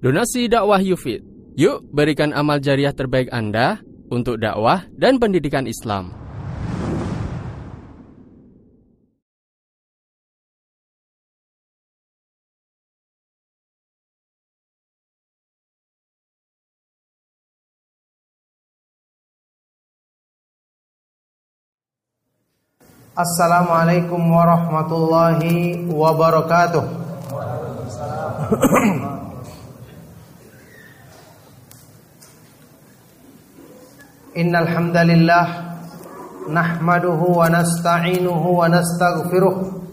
Donasi dakwah Yufid. Yuk berikan amal jariah terbaik Anda untuk dakwah dan pendidikan Islam. Assalamualaikum warahmatullahi wabarakatuh. Innal hamdalillah nahmaduhu wa nasta'inuhu wa nastaghfiruh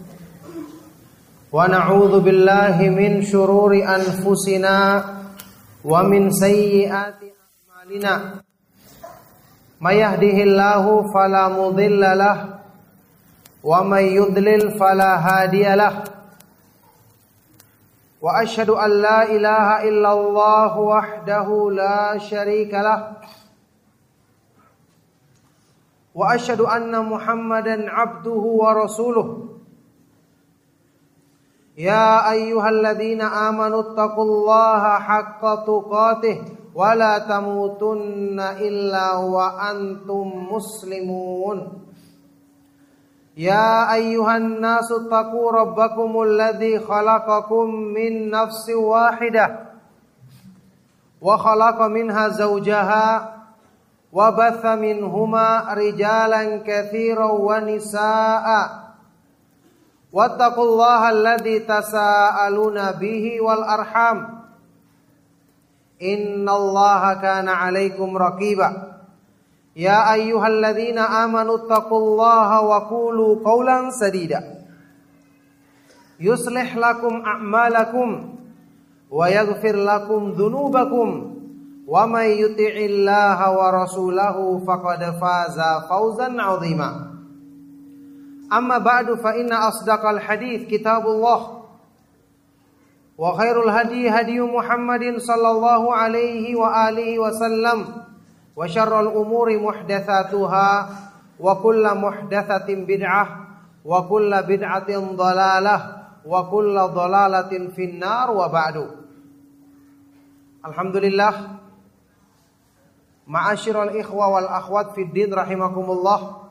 wa na'udzu billahi min shururi anfusina wa min sayyiati a'malina. May yahdihillahu fala mudilla lahu wa may yudlil fala hadiyalah. Wa asyhadu an la ilaha illallah wahdahu la syarikalah. Wa asyhadu anna Muhammadan abduhu wa rasuluh. Ya ayyuhalladzina amanu taqullaha haqqa tuqatih wa la tamutunna illa wa antum muslimun. Ya ayyuhan nasu taqu rabbakumul ladzi khalaqakum min nafsin wahidah wa khalaqa minha zawjaha wa batha minhuma rijalan katsiran wa nisaa'a wattaqullaha alladzi tasaaluna bihi wal arham innallaha kana 'alaikum raqiba. Ya ayyuhalladzina amanu taqullaha wa qulu qawlan sadida yuslih lakum a'malakum wa yaghfir lakum dhunubakum wa may yuti'illaha wa rasulahu faqad faza fawzan 'azima. Amma ba'du fa inna asdaqal hadits kitabullah wa khairul hadi hadiyu Muhammadin sallallahu alaihi wa alihi wasallam. Wa syarrul umuri muhdatsatuha wa kullu muhdatsatin bid'ah wa kullu bid'atin dhalalah wa kullu dhalalatin finnar wa ba'du. Alhamdulillah, ma'asyiral ikhwa wal akhwat fid din rahimakumullah.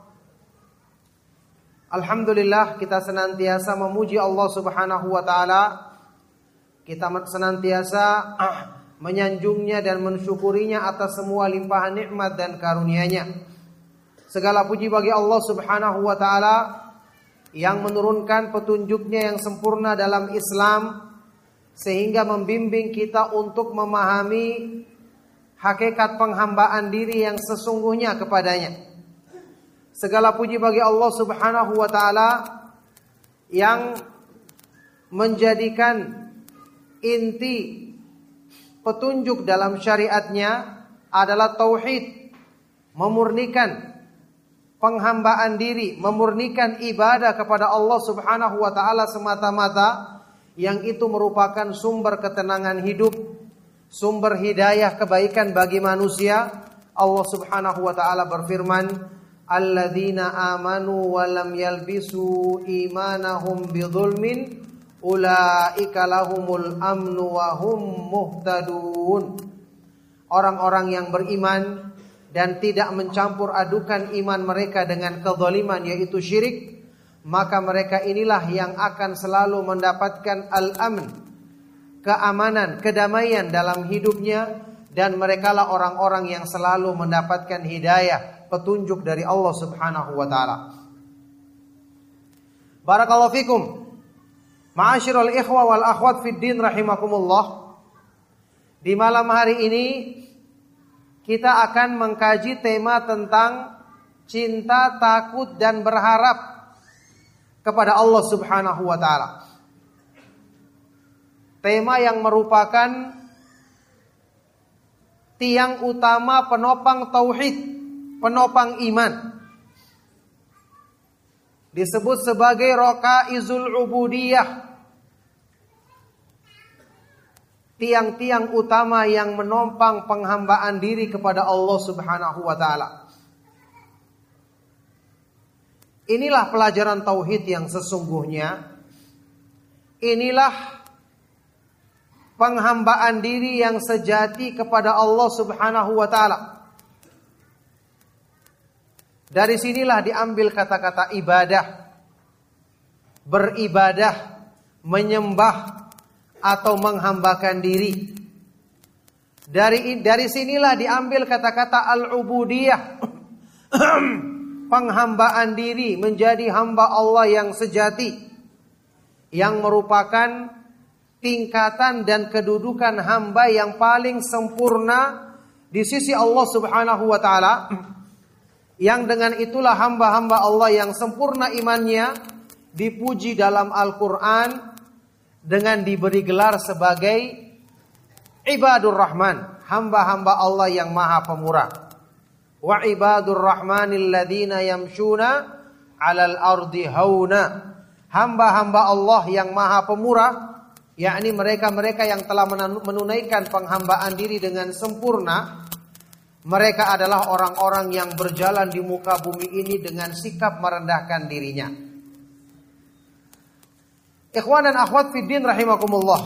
Alhamdulillah, kita senantiasa memuji Allah Subhanahu wa taala. Kita senantiasa menyanjungnya dan mensyukurinya atas semua limpahan nikmat dan karunia-Nya. Segala puji bagi Allah Subhanahu wa taala yang menurunkan petunjuk-Nya yang sempurna dalam Islam sehingga membimbing kita untuk memahami hakikat penghambaan diri yang sesungguhnya kepadanya. Segala puji bagi Allah Subhanahu wa taala yang menjadikan inti petunjuk dalam syariatnya adalah tauhid, memurnikan penghambaan diri, memurnikan ibadah kepada Allah Subhanahu wa taala semata-mata, yang itu merupakan sumber ketenangan hidup, sumber hidayah kebaikan bagi manusia. Allah Subhanahu wa taala berfirman, "Alladzina amanu wa lam yalbisu imanahum bidzulmin ulaika lahumul amnu wa hum muhtadun." Orang-orang yang beriman dan tidak mencampur adukan iman mereka dengan kezaliman, yaitu syirik, maka mereka inilah yang akan selalu mendapatkan al-amn, keamanan, kedamaian dalam hidupnya, dan merekalah orang-orang yang selalu mendapatkan hidayah, petunjuk dari Allah Subhanahu wa taala. Barakallahu fikum. Ma'asyiral ikhwa wal akhwat fid din rahimakumullah. Di malam hari ini kita akan mengkaji tema tentang cinta, takut dan berharap kepada Allah Subhanahu wa taala. Tema yang merupakan tiang utama penopang tauhid, penopang iman. Disebut sebagai rakaizul ubudiyah, tiang-tiang utama yang menopang penghambaan diri kepada Allah Subhanahu wa taala. Inilah pelajaran tauhid yang sesungguhnya. Inilah penghambaan diri yang sejati kepada Allah Subhanahu wa taala. Dari sinilah diambil kata-kata ibadah, beribadah, menyembah atau menghambakan diri. Dari sinilah diambil kata-kata al-ubudiyah, penghambaan diri menjadi hamba Allah yang sejati, yang merupakan tingkatan dan kedudukan hamba yang paling sempurna di sisi Allah Subhanahu wa taala, yang dengan itulah hamba-hamba Allah yang sempurna imannya dipuji dalam Al-Qur'an dengan diberi gelar sebagai ibadur rahman, hamba-hamba Allah yang maha pemurah. Wa ibadur rahmanil ladzina yamshuna 'alal ardi hauna. Hamba-hamba Allah yang maha pemurah, yakni mereka-mereka yang telah menunaikan penghambaan diri dengan sempurna. Mereka adalah orang-orang yang berjalan di muka bumi ini dengan sikap merendahkan dirinya. Ikhwan dan akhwat fiddin rahimakumullah.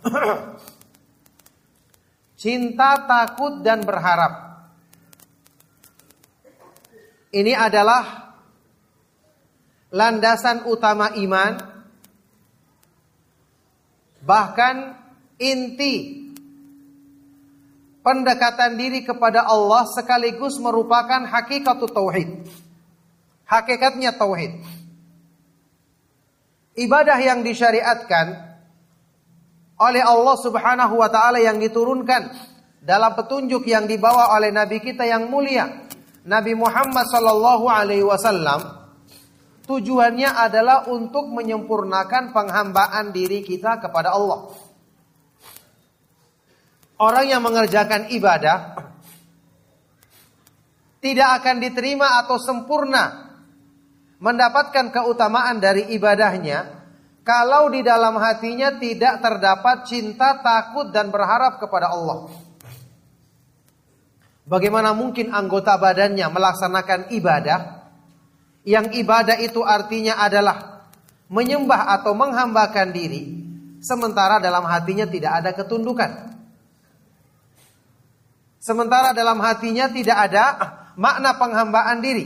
Cinta, takut dan berharap. Ini adalah landasan utama iman. Bahkan inti pendekatan diri kepada Allah sekaligus merupakan hakikatut tauhid. Hakikatnya tauhid. Ibadah yang disyariatkan oleh Allah Subhanahu wa taala yang diturunkan dalam petunjuk yang dibawa oleh nabi kita yang mulia, Nabi Muhammad sallallahu alaihi wasallam, tujuannya adalah untuk menyempurnakan penghambaan diri kita kepada Allah. Orang yang mengerjakan ibadah tidak akan diterima atau sempurna mendapatkan keutamaan dari ibadahnya kalau di dalam hatinya tidak terdapat cinta, takut dan berharap kepada Allah. Bagaimana mungkin anggota badannya melaksanakan ibadah yang ibadah itu artinya adalah menyembah atau menghambakan diri, sementara dalam hatinya tidak ada ketundukan. Sementara dalam hatinya tidak ada makna penghambaan diri.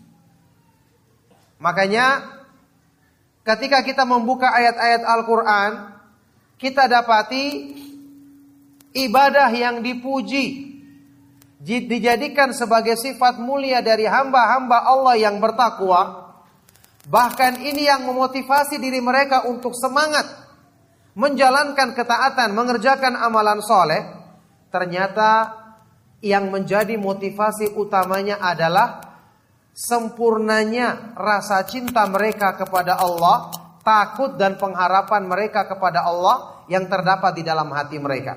Makanya ketika kita membuka ayat-ayat Al-Quran, kita dapati ibadah yang dipuji, dijadikan sebagai sifat mulia dari hamba-hamba Allah yang bertakwa. Bahkan ini yang memotivasi diri mereka untuk semangat menjalankan ketaatan, mengerjakan amalan soleh. Ternyata yang menjadi motivasi utamanya adalah sempurnanya rasa cinta mereka kepada Allah, takut dan pengharapan mereka kepada Allah yang terdapat di dalam hati mereka.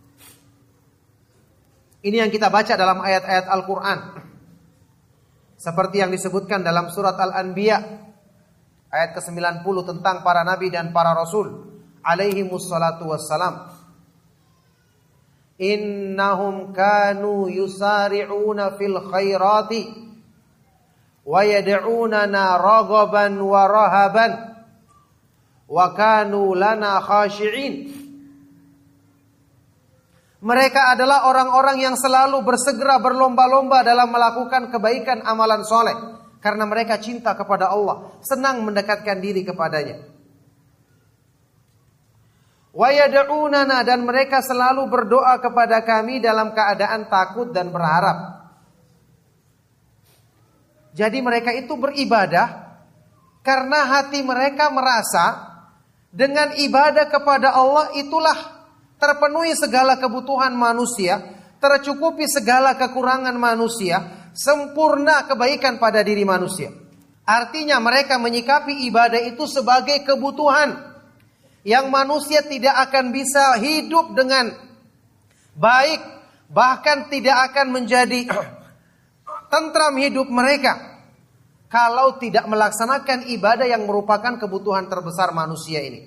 Ini yang kita baca dalam ayat-ayat Al-Quran. Seperti yang disebutkan dalam surat Al-Anbiya ayat ke-90 tentang para nabi dan para rasul alaihimus salatu wassalam. Innahum kanu yusari'una fil khairati wa yad'unana raghaban wa rahaban wa kanu lana khashi'in. Mereka adalah orang-orang yang selalu bersegera berlomba-lomba dalam melakukan kebaikan amalan soleh. Karena mereka cinta kepada Allah, senang mendekatkan diri kepadanya. Wa yad'unana, dan mereka selalu berdoa kepada kami dalam keadaan takut dan berharap. Jadi mereka itu beribadah karena hati mereka merasa dengan ibadah kepada Allah itulah terpenuhi segala kebutuhan manusia, tercukupi segala kekurangan manusia, sempurna kebaikan pada diri manusia. Artinya mereka menyikapi ibadah itu sebagai kebutuhan yang manusia tidak akan bisa hidup dengan baik, bahkan tidak akan menjadi tentram hidup mereka kalau tidak melaksanakan ibadah yang merupakan kebutuhan terbesar manusia ini.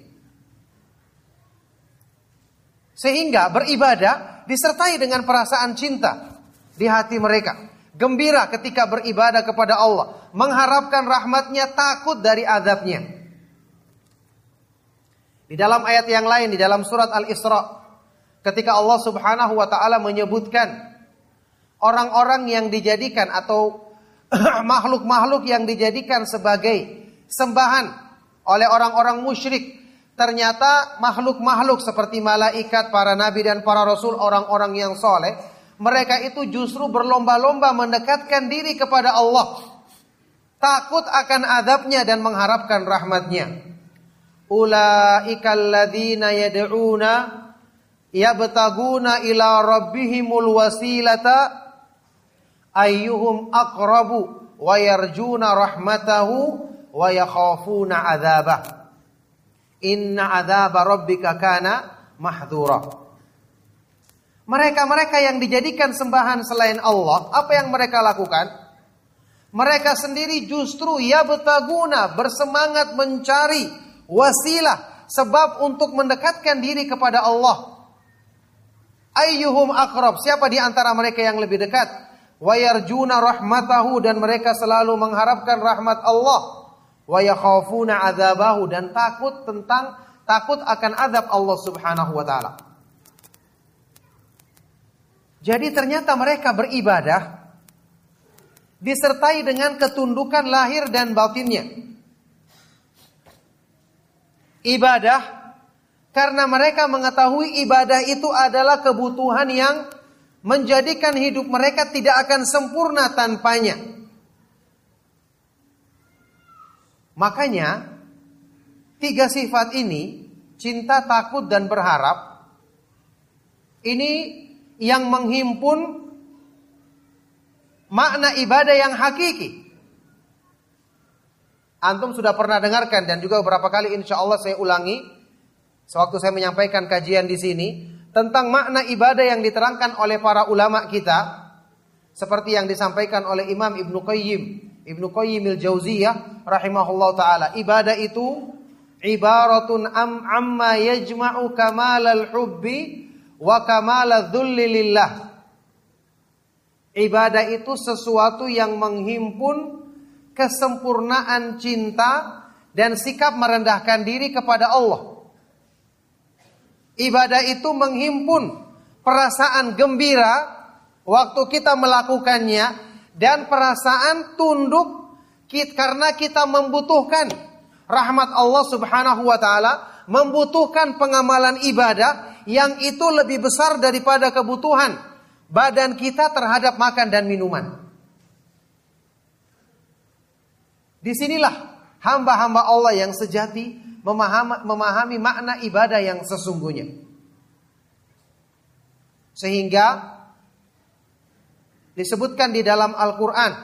Sehingga beribadah disertai dengan perasaan cinta di hati mereka. Gembira ketika beribadah kepada Allah, mengharapkan rahmatnya, takut dari azabnya. Di dalam ayat yang lain, di dalam surat Al-Isra ketika Allah Subhanahu wa taala menyebutkan orang-orang yang dijadikan atau makhluk-makhluk yang dijadikan sebagai sembahan oleh orang-orang musyrik. Ternyata makhluk-makhluk seperti malaikat, para nabi dan para rasul, orang-orang yang soleh, mereka itu justru berlomba-lomba mendekatkan diri kepada Allah, takut akan azabnya dan mengharapkan rahmatnya. Ulaikal ladzina yad'una yabtaguna ila rabbihimul wasilata ayyuhum aqrabu wa yarjuna rahmatahu wa yakhafuna adzabah. Inna adzaba rabbika kana mahdhura. Mereka-mereka yang dijadikan sembahan selain Allah, apa yang mereka lakukan? Mereka sendiri justru yabtaguna, bersemangat mencari wasilah, sebab untuk mendekatkan diri kepada Allah. Ayyuhum aqrab, siapa di antara mereka yang lebih dekat? Wa yarjuna rahmatahu, dan mereka selalu mengharapkan rahmat Allah. Wa yakhafuna adzabahu, dan takut akan azab Allah Subhanahu wa taala. Jadi ternyata mereka beribadah disertai dengan ketundukan lahir dan batinnya. Ibadah karena mereka mengetahui ibadah itu adalah kebutuhan yang menjadikan hidup mereka tidak akan sempurna tanpanya. Makanya 3 sifat ini, cinta, takut, dan berharap, ini yang menghimpun makna ibadah yang hakiki. Antum sudah pernah dengarkan dan juga beberapa kali insya Allah saya ulangi sewaktu saya menyampaikan kajian di sini tentang makna ibadah yang diterangkan oleh para ulama kita, seperti yang disampaikan oleh Imam Ibnu Qayyim al-Jauziyah rahimahullah ta'ala. Ibadah itu ibaratun amma yajma'u kamalal hubbi wa kamalal dhulli lillah. Ibadah itu sesuatu yang menghimpun kesempurnaan cinta dan sikap merendahkan diri kepada Allah. Ibadah itu menghimpun perasaan gembira waktu kita melakukannya, dan perasaan tunduk karena kita membutuhkan rahmat Allah Subhanahu wa taala, membutuhkan pengamalan ibadah yang itu lebih besar daripada kebutuhan badan kita terhadap makan dan minuman. Disinilah hamba-hamba Allah yang sejati memahami makna ibadah yang sesungguhnya. Sehingga disebutkan di dalam Al-Quran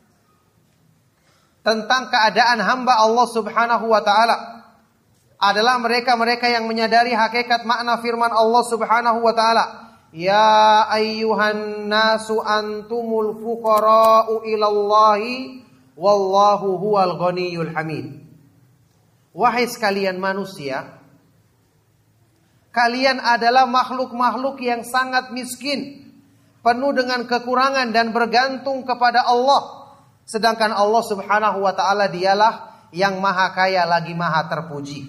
tentang keadaan hamba Allah Subhanahu wa ta'ala adalah mereka-mereka yang menyadari hakikat makna firman Allah Subhanahu wa ta'ala. Ya ayyuhan nasu antumul fuqara'u ilallahi wallahu huwal ghaniyul hamid. Wahai sekalian manusia, kalian adalah makhluk-makhluk yang sangat miskin, penuh dengan kekurangan dan bergantung kepada Allah. Sedangkan Allah Subhanahu wa ta'ala dialah yang maha kaya lagi maha terpuji.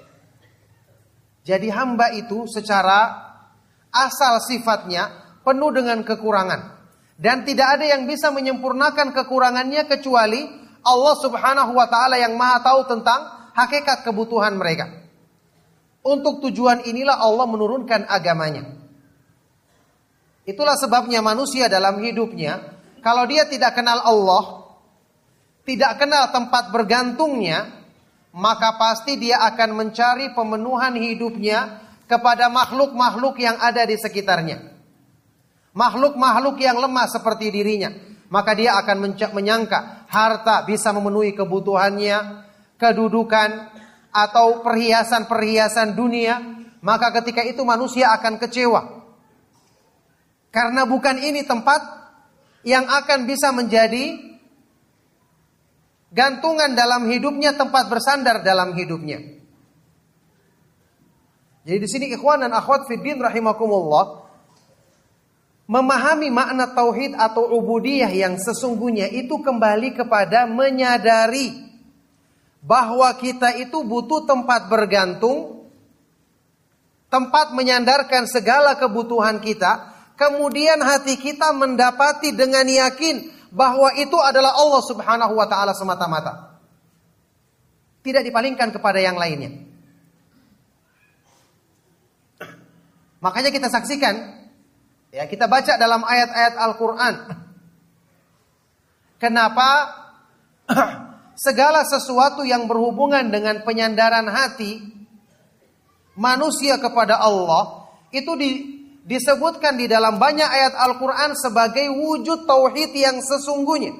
Jadi hamba itu secara asal sifatnya penuh dengan kekurangan. Dan tidak ada yang bisa menyempurnakan kekurangannya kecuali Allah Subhanahu wa ta'ala yang maha tahu tentang hakikat kebutuhan mereka. Untuk tujuan inilah Allah menurunkan agamanya. Itulah sebabnya manusia dalam hidupnya, kalau dia tidak kenal Allah, tidak kenal tempat bergantungnya, maka pasti dia akan mencari pemenuhan hidupnya kepada makhluk-makhluk yang ada di sekitarnya. Makhluk-makhluk yang lemah seperti dirinya. Maka dia akan menyangka harta bisa memenuhi kebutuhannya, kedudukan, atau perhiasan-perhiasan dunia. Maka ketika itu manusia akan kecewa. Karena bukan ini tempat yang akan bisa menjadi gantungan dalam hidupnya, tempat bersandar dalam hidupnya. Jadi di sini ikhwan dan akhwat fiddin rahimakumullah, memahami makna tauhid atau ubudiyah yang sesungguhnya itu kembali kepada menyadari bahwa kita itu butuh tempat bergantung tempat menyandarkan segala kebutuhan kita, kemudian hati kita mendapati dengan yakin bahwa itu adalah Allah Subhanahu wa taala semata-mata. Tidak dipalingkan kepada yang lainnya. Makanya kita saksikan, ya, kita baca dalam ayat-ayat Al-Qur'an. Kenapa segala sesuatu yang berhubungan dengan penyandaran hati manusia kepada Allah itu disebutkan di dalam banyak ayat Al-Quran sebagai wujud tauhid yang sesungguhnya.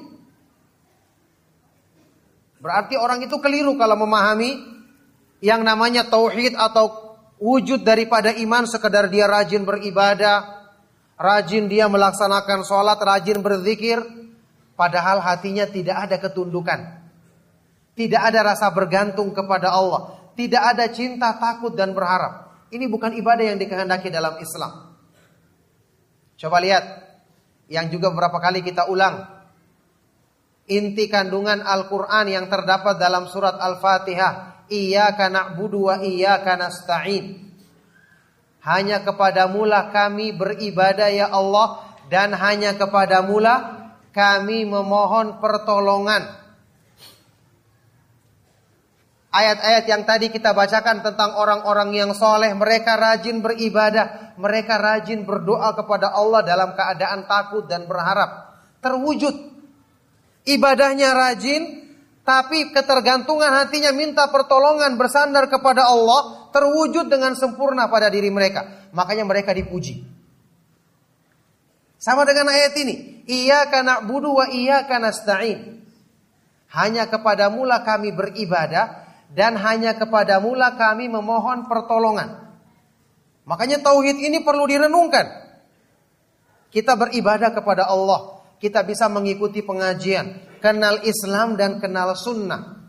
Berarti orang itu keliru kalau memahami yang namanya tauhid atau wujud daripada iman sekedar dia rajin beribadah, rajin dia melaksanakan sholat, rajin berzikir, padahal hatinya tidak ada ketundukan, tidak ada rasa bergantung kepada Allah, tidak ada cinta, takut dan berharap. Ini bukan ibadah yang dikehendaki dalam Islam. Coba lihat yang juga beberapa kali kita ulang. Inti kandungan Al-Quran yang terdapat dalam surat Al-Fatihah. Iyyaka na'budu wa iyyaka nasta'in. Hanya kepadamulah kami beribadah ya Allah, dan hanya kepadamulah kami memohon pertolongan. Ayat-ayat yang tadi kita bacakan tentang orang-orang yang soleh, mereka rajin beribadah, mereka rajin berdoa kepada Allah dalam keadaan takut dan berharap. Terwujud ibadahnya rajin, tapi ketergantungan hatinya minta pertolongan bersandar kepada Allah terwujud dengan sempurna pada diri mereka. Makanya mereka dipuji. Sama dengan ayat ini, Iyyaka na'budu wa iyyaka nasta'in. Hanya kepadamulah kami beribadah, dan hanya kepadamulah kami memohon pertolongan. Makanya tauhid ini perlu direnungkan. Kita beribadah kepada Allah, kita bisa mengikuti pengajian, kenal Islam dan kenal sunnah.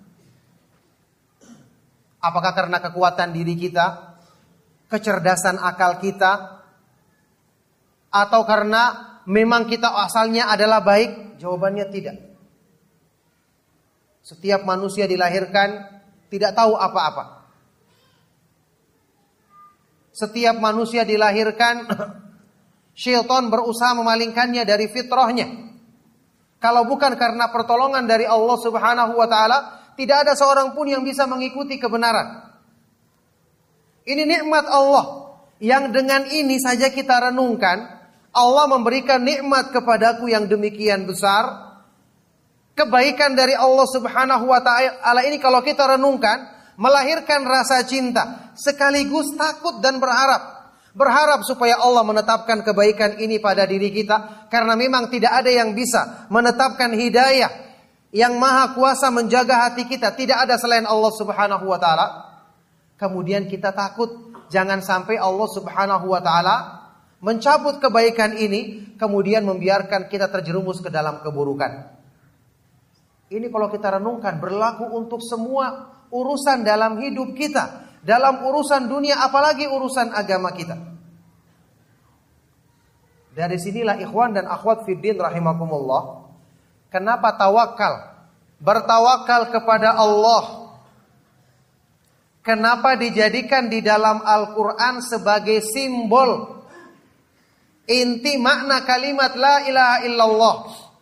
Apakah karena kekuatan diri kita, kecerdasan akal kita, atau karena memang kita asalnya adalah baik? Jawabannya tidak. Setiap manusia dilahirkan tidak tahu apa-apa. Setiap manusia dilahirkan, syaitan berusaha memalingkannya dari fitrahnya. Kalau bukan karena pertolongan dari Allah Subhanahu wa taala, tidak ada seorang pun yang bisa mengikuti kebenaran. Ini nikmat Allah yang dengan ini saja kita renungkan. Allah memberikan nikmat kepadaku yang demikian besar. Kebaikan dari Allah Subhanahu wa taala ini kalau kita renungkan, melahirkan rasa cinta sekaligus takut dan berharap. Berharap supaya Allah menetapkan kebaikan ini pada diri kita, karena memang tidak ada yang bisa menetapkan hidayah. Yang maha kuasa menjaga hati kita tidak ada selain Allah Subhanahu wa taala. Kemudian kita takut jangan sampai Allah Subhanahu wa taala mencabut kebaikan ini, kemudian membiarkan kita terjerumus ke dalam keburukan. Ini kalau kita renungkan berlaku untuk semua urusan dalam hidup kita. Dalam urusan dunia, apalagi urusan agama kita. Dari sinilah ikhwan dan akhwat fiddin rahimakumullah, kenapa tawakal, bertawakal kepada Allah, kenapa dijadikan di dalam Al-Quran sebagai simbol inti makna kalimat la ilaha illallah.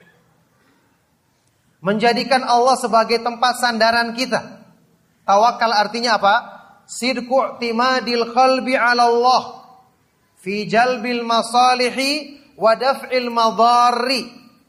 Menjadikan Allah sebagai tempat sandaran kita. Tawakal artinya apa? Sidqu i'timadil qalbi 'ala Allah fi jalbil masalihi wa daf'il madharri.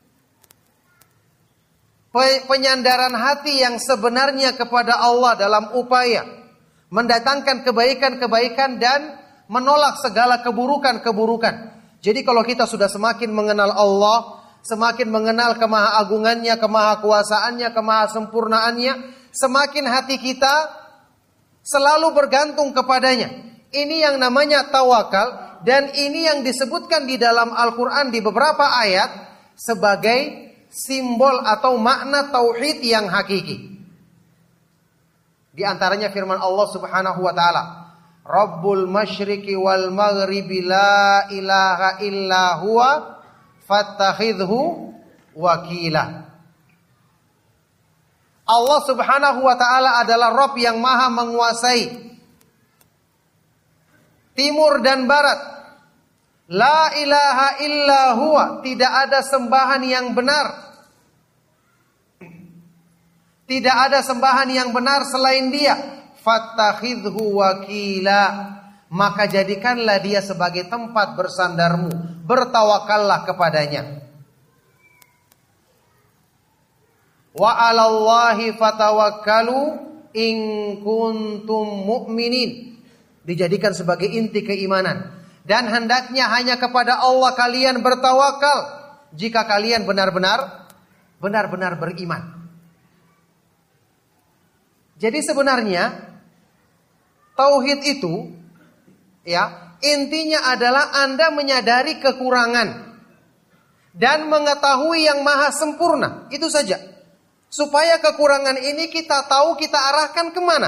Penyandaran hati yang sebenarnya kepada Allah dalam upaya mendatangkan kebaikan-kebaikan dan menolak segala keburukan-keburukan. Jadi kalau kita sudah semakin mengenal Allah, semakin mengenal kemahaagungannya, kemahakuasaannya, kemahasempurnaannya, semakin hati kita selalu bergantung kepadanya. Ini yang namanya tawakal, dan ini yang disebutkan di dalam Al-Quran di beberapa ayat sebagai simbol atau makna tauhid yang hakiki. Di antaranya firman Allah Subhanahu wa taala, Rabbul masyriqi wal maghribi la ilaha illa huwa fattakhidhu wakila. Allah Subhanahu wa taala adalah Rabb yang maha menguasai timur dan barat. La ilaha illa huwa, tidak ada sembahan yang benar. Tidak ada sembahan yang benar selain Dia. Fattakhidhu wakila, maka jadikanlah Dia sebagai tempat bersandarmu, bertawakallah kepadanya. Wa 'alallahi fatawakkalu in kuntum mu'minin, dijadikan sebagai inti keimanan. Dan hendaknya hanya kepada Allah kalian bertawakal jika kalian benar-benar beriman. Jadi sebenarnya tauhid itu, ya, intinya adalah Anda menyadari kekurangan dan mengetahui yang maha sempurna. Itu saja. Supaya kekurangan ini kita tahu, kita arahkan kemana.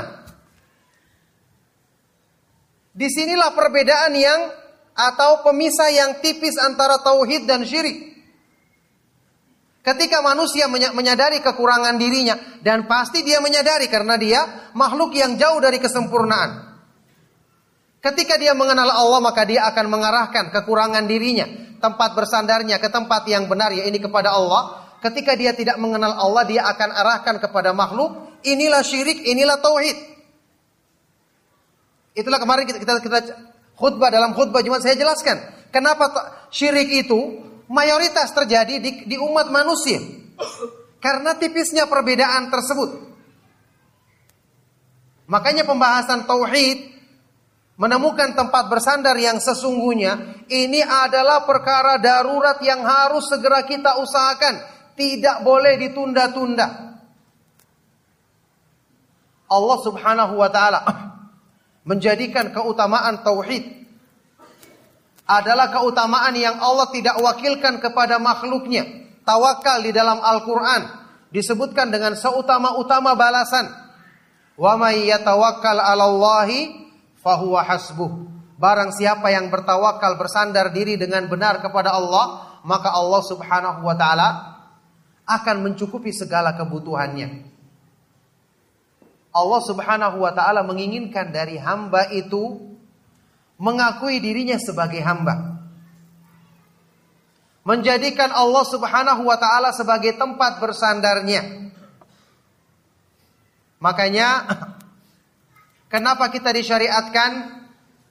Disinilah perbedaan atau pemisah yang tipis antara tauhid dan syirik. Ketika manusia menyadari kekurangan dirinya, dan pasti dia menyadari karena dia makhluk yang jauh dari kesempurnaan. Ketika dia mengenal Allah, maka dia akan mengarahkan kekurangan dirinya, tempat bersandarnya ke tempat yang benar, yaitu kepada Allah. Ketika dia tidak mengenal Allah, dia akan arahkan kepada makhluk. Inilah syirik, inilah tauhid. Itulah kemarin kita khutbah, dalam khutbah Jumat saya jelaskan kenapa syirik itu mayoritas terjadi di umat manusia. Karena tipisnya perbedaan tersebut. Makanya pembahasan tauhid, menemukan tempat bersandar yang sesungguhnya, ini adalah perkara darurat yang harus segera kita usahakan. Tidak boleh ditunda-tunda. Allah Subhanahu wa ta'ala menjadikan keutamaan tauhid adalah keutamaan yang Allah tidak wakilkan kepada makhluknya. Tawakal di dalam Al-Quran disebutkan dengan seutama-utama balasan. Wa may yatawakkal 'alallahi fahuwa hasbuh. Barang siapa yang bertawakal, bersandar diri dengan benar kepada Allah, maka Allah Subhanahu wa ta'ala akan mencukupi segala kebutuhannya. Allah Subhanahu wa ta'ala menginginkan dari hamba itu mengakui dirinya sebagai hamba. Menjadikan Allah Subhanahu wa ta'ala sebagai tempat bersandarnya. Makanya kenapa kita disyariatkan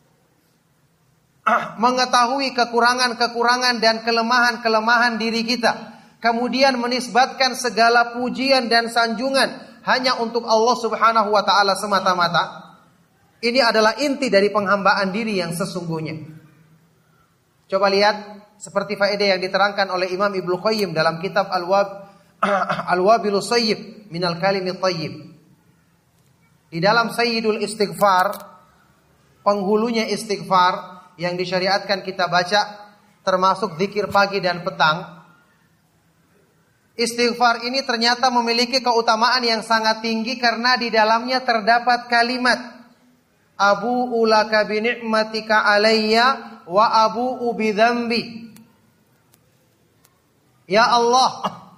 mengetahui kekurangan-kekurangan dan kelemahan-kelemahan diri kita, kemudian menisbatkan segala pujian dan sanjungan hanya untuk Allah Subhanahu wa ta'ala semata-mata. Ini adalah inti dari penghambaan diri yang sesungguhnya. Coba lihat seperti faedah yang diterangkan oleh Imam Ibnu Qayyim dalam kitab Al-Wabilus Sayyib minal Kalimit Thayyib. Di dalam Sayyidul Istighfar, penghulunya istighfar yang disyariatkan kita baca, termasuk zikir pagi dan petang. Istighfar ini ternyata memiliki keutamaan yang sangat tinggi karena di dalamnya terdapat kalimat abu'u laka bi ni'matika alayya wa abu'u bi dzambi. Ya Allah,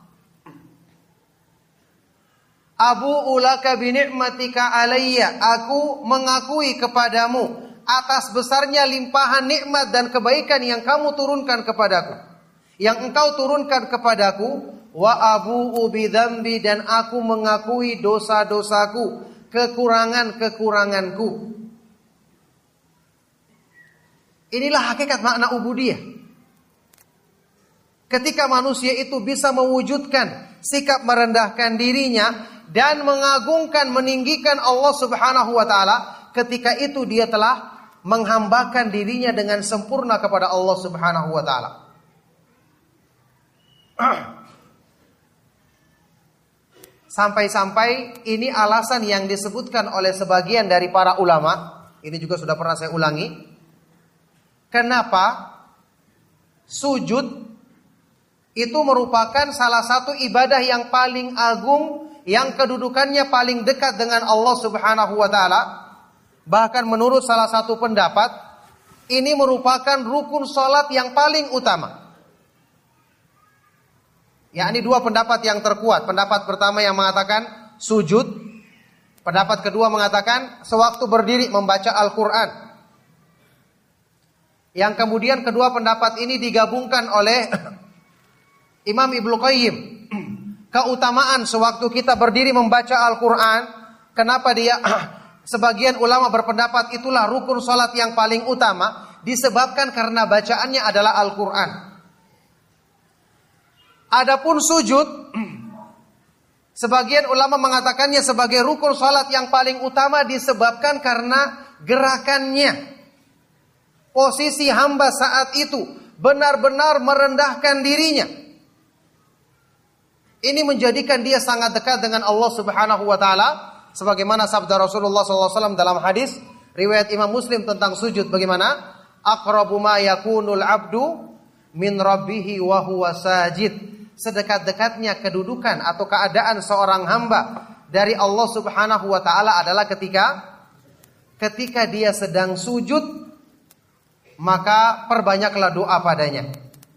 abu'u laka bi ni'matika alayya, aku mengakui kepadamu atas besarnya limpahan nikmat dan kebaikan yang kamu turunkan kepadaku, yang engkau turunkan kepadaku. Wa abu'u bidzambi, dan aku mengakui dosa-dosaku, kekurangan-kekuranganku. Inilah hakikat makna ubudiyah. Ketika manusia itu bisa mewujudkan sikap merendahkan dirinya dan mengagungkan, meninggikan Allah Subhanahu wa ta'ala, ketika itu dia telah menghambakan dirinya dengan sempurna kepada Allah Subhanahu wa ta'ala. Sampai-sampai ini alasan yang disebutkan oleh sebagian dari para ulama. Ini juga sudah pernah saya ulangi. Kenapa sujud itu merupakan salah satu ibadah yang paling agung, yang kedudukannya paling dekat dengan Allah Subhanahu wa ta'ala. Bahkan menurut salah satu pendapat, ini merupakan rukun salat yang paling utama. Yakni dua pendapat yang terkuat. Pendapat pertama yang mengatakan sujud. Pendapat kedua mengatakan sewaktu berdiri membaca Al-Quran. Yang kemudian kedua pendapat ini digabungkan oleh Imam Ibnu Qayyim. Keutamaan sewaktu kita berdiri membaca Al-Quran. Kenapa dia sebagian ulama berpendapat itulah rukun salat yang paling utama. Disebabkan karena bacaannya adalah Al-Quran. Adapun sujud, sebagian ulama mengatakannya sebagai rukun salat yang paling utama disebabkan karena gerakannya. Posisi hamba saat itu benar-benar merendahkan dirinya. Ini menjadikan dia sangat dekat dengan Allah Subhanahu wa taala, sebagaimana sabda Rasulullah SAW dalam hadis riwayat Imam Muslim tentang sujud, bagaimana? Aqrabu ma yakunul abdu min rabbih wa huwa sajid. Sedekat-dekatnya kedudukan atau keadaan seorang hamba dari Allah Subhanahu wa taala adalah ketika dia sedang sujud, maka perbanyaklah doa padanya.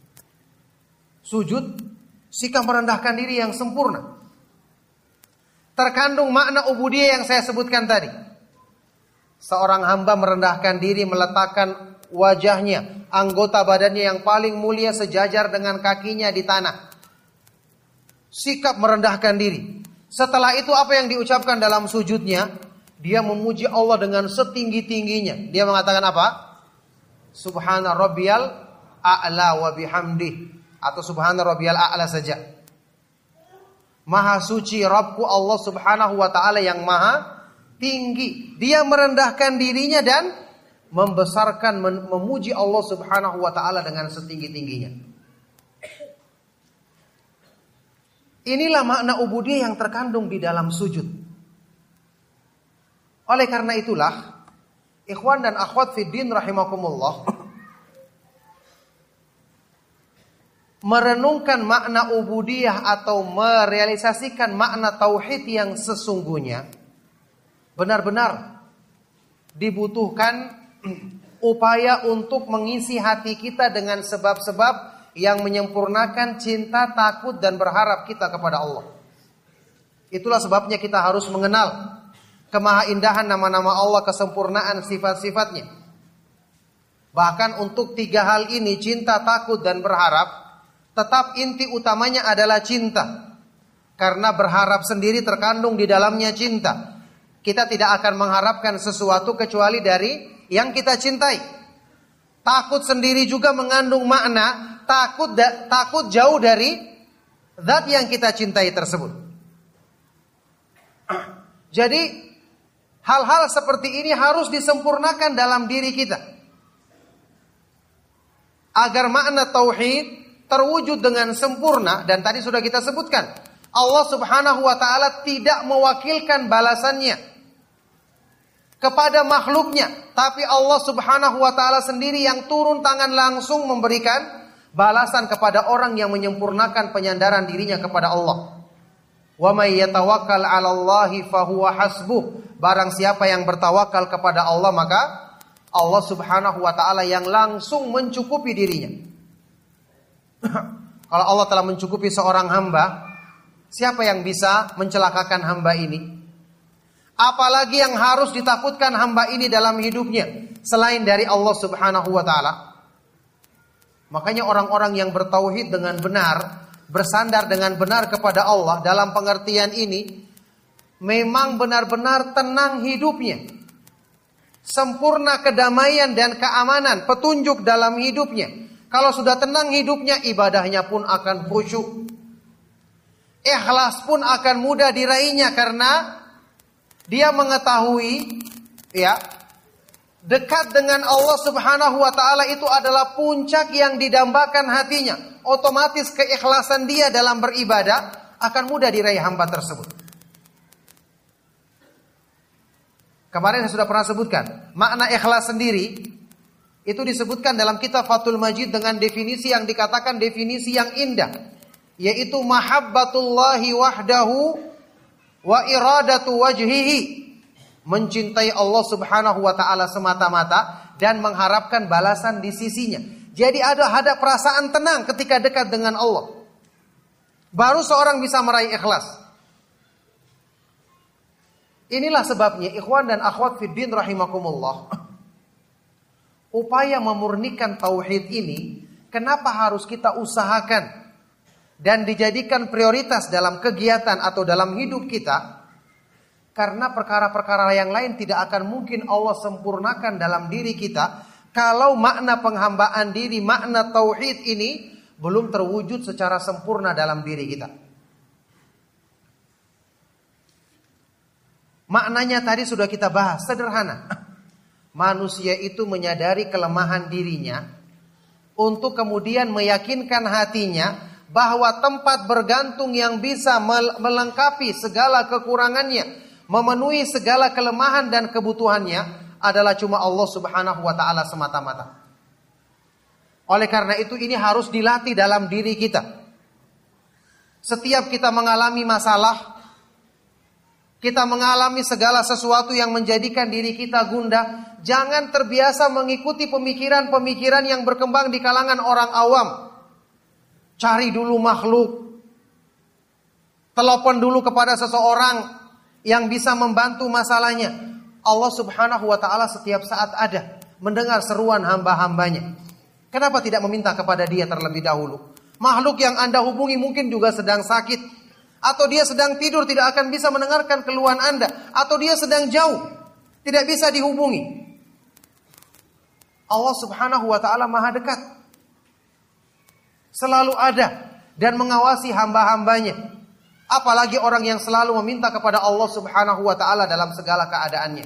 Sujud, sikap merendahkan diri yang sempurna. Terkandung makna ubudiyah yang saya sebutkan tadi. Seorang hamba merendahkan diri, meletakkan wajahnya, anggota badannya yang paling mulia sejajar dengan kakinya di tanah. Sikap merendahkan diri. Setelah itu apa yang diucapkan dalam sujudnya? Dia memuji Allah dengan setinggi-tingginya. Dia mengatakan apa? Subhana rabbiyal a'la wa bihamdih. Atau subhana rabbiyal a'la saja. Maha suci Rabbku Allah Subhanahu wa ta'ala yang maha tinggi. Dia merendahkan dirinya dan membesarkan, memuji Allah Subhanahu wa ta'ala dengan setinggi-tingginya. Inilah makna ubudiyah yang terkandung di dalam sujud. Oleh karena itulah, ikhwan dan akhwat fiddin rahimakumullah, merenungkan makna ubudiyah atau merealisasikan makna tauhid yang sesungguhnya, benar-benar dibutuhkan upaya untuk mengisi hati kita dengan sebab-sebab yang menyempurnakan cinta, takut, dan berharap kita kepada Allah. Itulah sebabnya kita harus mengenal kemahaindahan nama-nama Allah, kesempurnaan sifat-sifatnya. Bahkan untuk 3 hal ini, cinta, takut, dan berharap, tetap inti utamanya adalah cinta. Karena berharap sendiri terkandung di dalamnya cinta. Kita tidak akan mengharapkan sesuatu kecuali dari yang kita cintai. Takut sendiri juga mengandung makna takut jauh dari zat yang kita cintai tersebut. Jadi hal-hal seperti ini harus disempurnakan dalam diri kita agar makna tauhid terwujud dengan sempurna. Dan tadi sudah kita sebutkan, Allah Subhanahu wa ta'ala tidak mewakilkan balasannya kepada makhluknya, tapi Allah Subhanahu wa ta'ala sendiri yang turun tangan langsung memberikan balasan kepada orang yang menyempurnakan penyandaran dirinya kepada Allah. Wa may yatawakkal 'alallahi fahuwa hasbuh. Barang siapa yang bertawakal kepada Allah, maka Allah Subhanahu wa taala yang langsung mencukupi dirinya. Kalau Allah telah mencukupi seorang hamba, siapa yang bisa mencelakakan hamba ini? Apalagi yang harus ditakutkan hamba ini dalam hidupnya selain dari Allah Subhanahu wa taala? Makanya orang-orang yang bertauhid dengan benar, bersandar dengan benar kepada Allah dalam pengertian ini, memang benar-benar tenang hidupnya. Sempurna kedamaian dan keamanan, petunjuk dalam hidupnya. Kalau sudah tenang hidupnya, ibadahnya pun akan khusyuk. Ikhlas pun akan mudah diraihnya karena dia mengetahui dekat dengan Allah Subhanahu wa ta'ala itu adalah puncak yang didambakan hatinya. Otomatis keikhlasan dia dalam beribadah akan mudah diraih hamba tersebut. Kemarin saya sudah pernah sebutkan, makna ikhlas sendiri itu disebutkan dalam kitab Fathul Majid dengan definisi yang dikatakan definisi yang indah, yaitu mahabbatullahi wahdahu wa iradatu wajhihi. Mencintai Allah Subhanahu wa ta'ala semata-mata dan mengharapkan balasan di sisinya. Jadi ada perasaan tenang ketika dekat dengan Allah. Baru seorang bisa meraih ikhlas. Inilah sebabnya ikhwan dan akhwat fiddin rahimakumullah, upaya memurnikan tauhid ini, kenapa harus kita usahakan dan dijadikan prioritas dalam kegiatan atau dalam hidup kita? Karena perkara-perkara yang lain tidak akan mungkin Allah sempurnakan dalam diri kita kalau makna penghambaan diri, makna tauhid ini belum terwujud secara sempurna dalam diri kita. Maknanya tadi sudah kita bahas, sederhana. Manusia itu menyadari kelemahan dirinya untuk kemudian meyakinkan hatinya bahwa tempat bergantung yang bisa melengkapi segala kekurangannya, memenuhi segala kelemahan dan kebutuhannya adalah cuma Allah Subhanahu wa taala semata-mata. Oleh karena itu ini harus dilatih dalam diri kita. Setiap kita mengalami masalah, kita mengalami segala sesuatu yang menjadikan diri kita gundah, jangan terbiasa mengikuti pemikiran-pemikiran yang berkembang di kalangan orang awam. Cari dulu makhluk, telepon dulu kepada seseorang yang bisa membantu masalahnya. Allah Subhanahu wa taala setiap saat ada mendengar seruan hamba-hambanya. Kenapa tidak meminta kepada dia terlebih dahulu? Makhluk yang Anda hubungi mungkin juga sedang sakit, atau dia sedang tidur, tidak akan bisa mendengarkan keluhan Anda, atau dia sedang jauh, tidak bisa dihubungi. Allah Subhanahu wa taala Maha dekat, selalu ada dan mengawasi hamba-hambanya. Apalagi orang yang selalu meminta kepada Allah Subhanahu wa taala dalam segala keadaannya.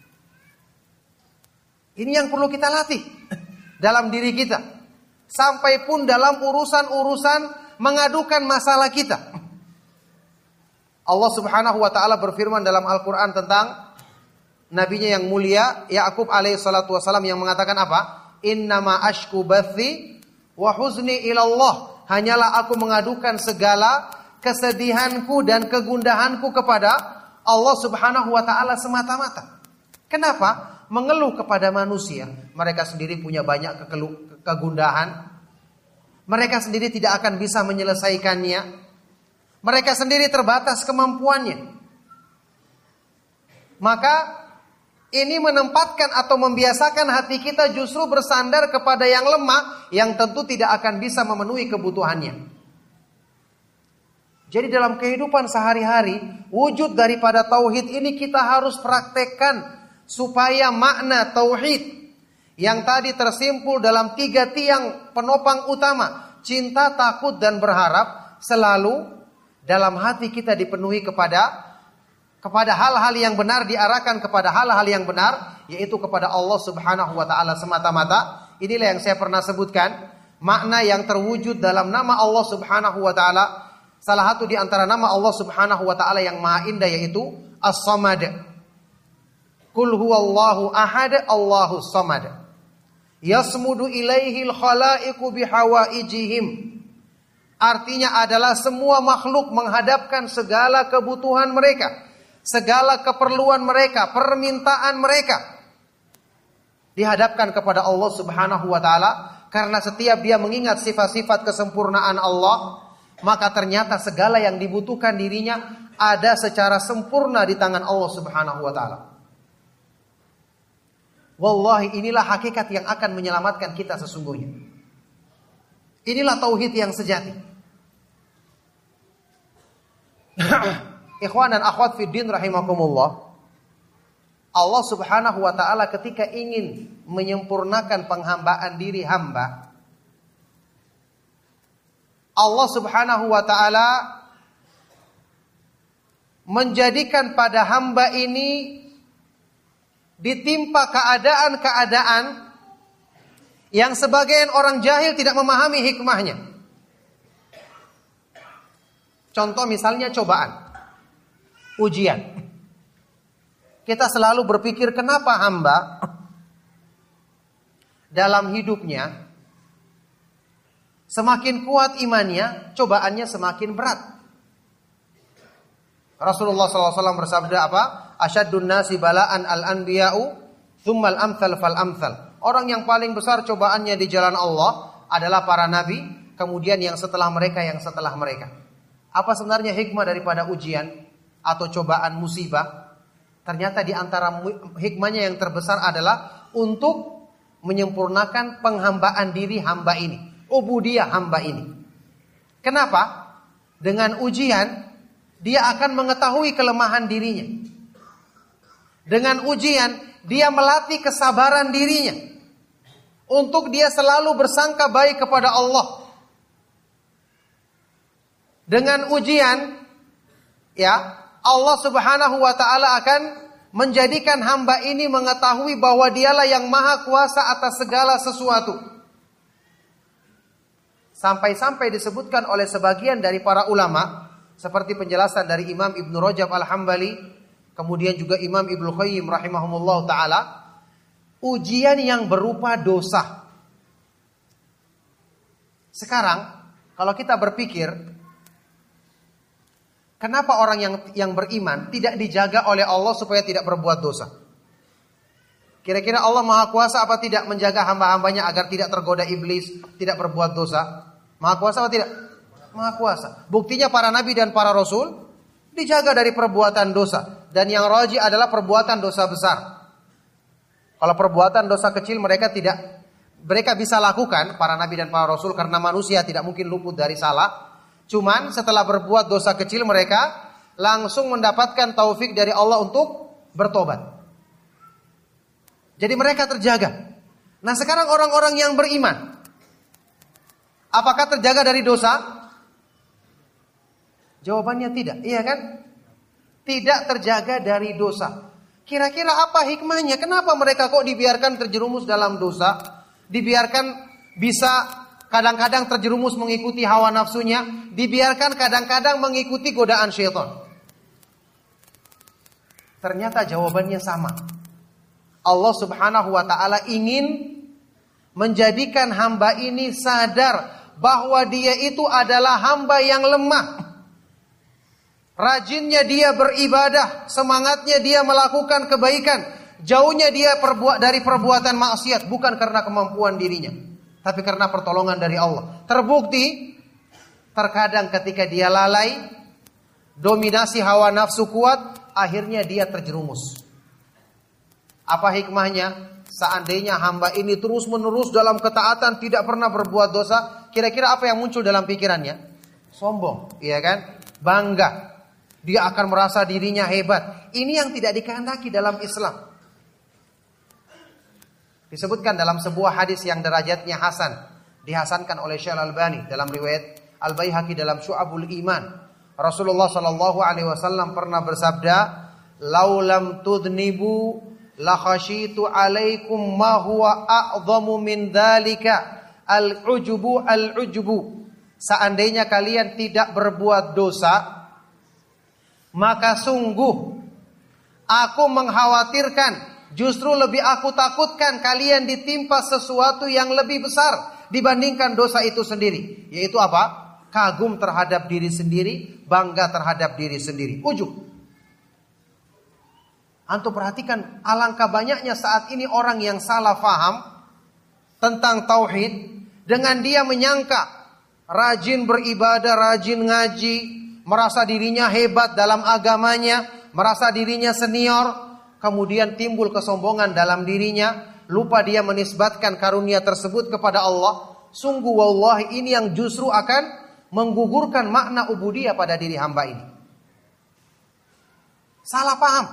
Ini yang perlu kita latih dalam diri kita. Sampai pun dalam urusan-urusan mengadukan masalah kita. Allah Subhanahu wa taala berfirman dalam Al-Qur'an tentang nabinya yang mulia Ya'qub alaihi salatu wasallam yang mengatakan apa? Innama ashku bathi wa huzni ila Allah. Hanyalah aku mengadukan segala kesedihanku dan kegundahanku kepada Allah Subhanahu wa taala semata-mata. Kenapa? Mengeluh kepada manusia, mereka sendiri punya banyak kegundahan. Mereka sendiri tidak akan bisa menyelesaikannya. Mereka sendiri terbatas kemampuannya. Maka ini menempatkan atau membiasakan hati kita justru bersandar kepada yang lemah, yang tentu tidak akan bisa memenuhi kebutuhannya. Jadi dalam kehidupan sehari-hari, wujud daripada tauhid ini kita harus praktekkan supaya makna tauhid yang tadi tersimpul dalam 3 tiang penopang utama, cinta, takut, dan berharap, selalu dalam hati kita dipenuhi kepada hal-hal yang benar, diarahkan kepada hal-hal yang benar, yaitu kepada Allah Subhanahu wa taala semata-mata. Inilah yang saya pernah sebutkan, makna yang terwujud dalam nama Allah Subhanahu wa taala. Salah satu di antara nama Allah Subhanahu wa taala yang maha indah yaitu As-Samad. Qul huwallahu ahad, Allahus samad. Yasmudu ilaihil khalaiqu bihawaijihim. Artinya adalah semua makhluk menghadapkan segala kebutuhan mereka, segala keperluan mereka, permintaan mereka dihadapkan kepada Allah Subhanahu wa taala. Karena setiap dia mengingat sifat-sifat kesempurnaan Allah, maka ternyata segala yang dibutuhkan dirinya ada secara sempurna di tangan Allah Subhanahu wa taala. Wallahi, inilah hakikat yang akan menyelamatkan kita sesungguhnya. Inilah tauhid yang sejati. Ikhwan dan akhwat fiddin rahimakumullah. Allah Subhanahu wa taala ketika ingin menyempurnakan penghambaan diri hamba, Allah Subhanahu wa taala menjadikan pada hamba ini ditimpa keadaan-keadaan yang sebagian orang jahil tidak memahami hikmahnya. Contoh misalnya cobaan, ujian. Kita selalu berpikir kenapa hamba dalam hidupnya semakin kuat imannya, cobaannya semakin berat. Rasulullah SAW bersabda apa? Asyaddun nasi bala'an al-anbiya'u thummal amthal fal amthal. Orang yang paling besar cobaannya di jalan Allah adalah para nabi, kemudian yang setelah mereka, yang setelah mereka. Apa sebenarnya hikmah daripada ujian atau cobaan musibah? Ternyata di antara hikmahnya yang terbesar adalah untuk menyempurnakan penghambaan diri hamba ini, ubudiyah hamba ini. Kenapa? Dengan ujian dia akan mengetahui kelemahan dirinya. Dengan ujian dia melatih kesabaran dirinya untuk dia selalu bersangka baik kepada Allah. Dengan ujian, ya, Allah Subhanahu wa taala akan menjadikan hamba ini mengetahui bahwa dialah yang maha kuasa atas segala sesuatu. Sampai-sampai disebutkan oleh sebagian dari para ulama, seperti penjelasan dari Imam Ibnu Rajab Al-Hambali, kemudian juga Imam Ibnu Qayyim rahimahumullah ta'ala, ujian yang berupa dosa. Sekarang, kalau kita berpikir, kenapa orang yang beriman tidak dijaga oleh Allah supaya tidak berbuat dosa? Kira-kira Allah Maha Kuasa apa tidak menjaga hamba-hambanya agar tidak tergoda iblis, tidak berbuat dosa? Maha Kuasa apa tidak? Maha Kuasa. Buktinya para nabi dan para rasul dijaga dari perbuatan dosa. Dan yang rajih adalah perbuatan dosa besar. Kalau perbuatan dosa kecil mereka bisa lakukan, para nabi dan para rasul, karena manusia tidak mungkin luput dari salah. Cuman setelah berbuat dosa kecil mereka langsung mendapatkan taufik dari Allah untuk bertobat. Jadi mereka terjaga. Nah sekarang orang-orang yang beriman, apakah terjaga dari dosa? Jawabannya tidak, iya kan? Tidak terjaga dari dosa. Kira-kira apa hikmahnya? Kenapa mereka kok dibiarkan terjerumus dalam dosa? Dibiarkan bisa kadang-kadang terjerumus mengikuti hawa nafsunya, dibiarkan kadang-kadang mengikuti godaan syaitan. Ternyata jawabannya sama. Allah Subhanahu wa ta'ala ingin menjadikan hamba ini sadar bahwa dia itu adalah hamba yang lemah. Rajinnya dia beribadah, semangatnya dia melakukan kebaikan, jauhnya dia dari perbuatan maksiat, bukan karena kemampuan dirinya, tapi karena pertolongan dari Allah. Terbukti, terkadang ketika dia lalai, dominasi hawa nafsu kuat, akhirnya dia terjerumus. Apa hikmahnya? Seandainya hamba ini terus-menerus dalam ketaatan, tidak pernah berbuat dosa, kira-kira apa yang muncul dalam pikirannya? Sombong, iya kan? Bangga. Dia akan merasa dirinya hebat. Ini yang tidak dikehendaki dalam Islam. Disebutkan dalam sebuah hadis yang derajatnya hasan, dihasankan oleh Syekh Al-Albani dalam riwayat Al-Baihaqi dalam Syu'abul Iman. Rasulullah sallallahu alaihi wasallam pernah bersabda, "Laulam tudnibu la khasyitu alaikum ma huwa a'dhamu min dzalika al-ujubu." Seandainya kalian tidak berbuat dosa, maka sungguh aku mengkhawatirkan, justru lebih aku takutkan kalian ditimpa sesuatu yang lebih besar dibandingkan dosa itu sendiri. Yaitu apa? Kagum terhadap diri sendiri, bangga terhadap diri sendiri, ujub. Antum perhatikan alangkah banyaknya saat ini orang yang salah faham tentang tauhid, dengan dia menyangka rajin beribadah, rajin ngaji, merasa dirinya hebat dalam agamanya, merasa dirinya senior, kemudian timbul kesombongan dalam dirinya, lupa dia menisbatkan karunia tersebut kepada Allah. Sungguh wallahi ini yang justru akan menggugurkan makna ubudiyah pada diri hamba ini. Salah paham.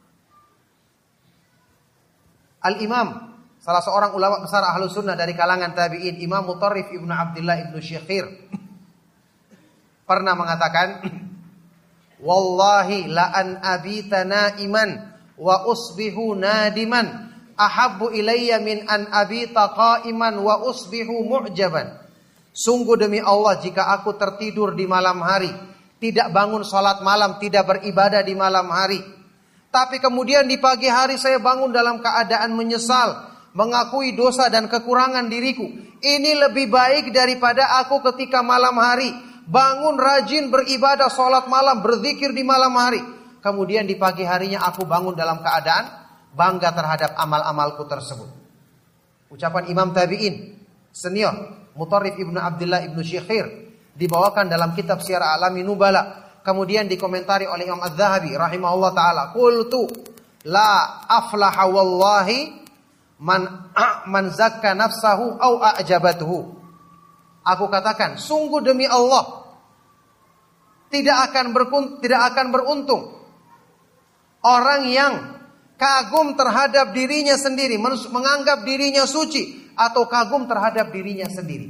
Al-Imam, salah seorang ulama besar Ahlus Sunnah dari kalangan tabi'in, Imam Mutarrif Ibnu Abdullah Ibnu Syekhir, pernah mengatakan, "Wallahi la an abita naiman wa usbihu nadiman ahabbu ilayya min an abita qa'iman wa usbihu mu'jaban." Sungguh demi Allah, jika aku tertidur di malam hari, tidak bangun salat malam, tidak beribadah di malam hari, tapi kemudian di pagi hari saya bangun dalam keadaan menyesal, mengakui dosa dan kekurangan diriku, ini lebih baik daripada aku ketika malam hari bangun rajin beribadah, sholat malam, berzikir di malam hari, kemudian di pagi harinya aku bangun dalam keadaan bangga terhadap amal-amalku tersebut. Ucapan Imam Tabi'in senior Mutarrif Ibnu Abdullah Ibnu Syekhir dibawakan dalam kitab Syiar A'lamin Nubala, kemudian dikomentari oleh Imam Az-Zahabi rahimahullah ta'ala. Qultu la aflaha wallahi man zakka nafsahu au a'jabathu. Aku katakan, sungguh demi Allah, tidak akan beruntung orang yang kagum terhadap dirinya sendiri, menganggap dirinya suci, atau kagum terhadap dirinya sendiri.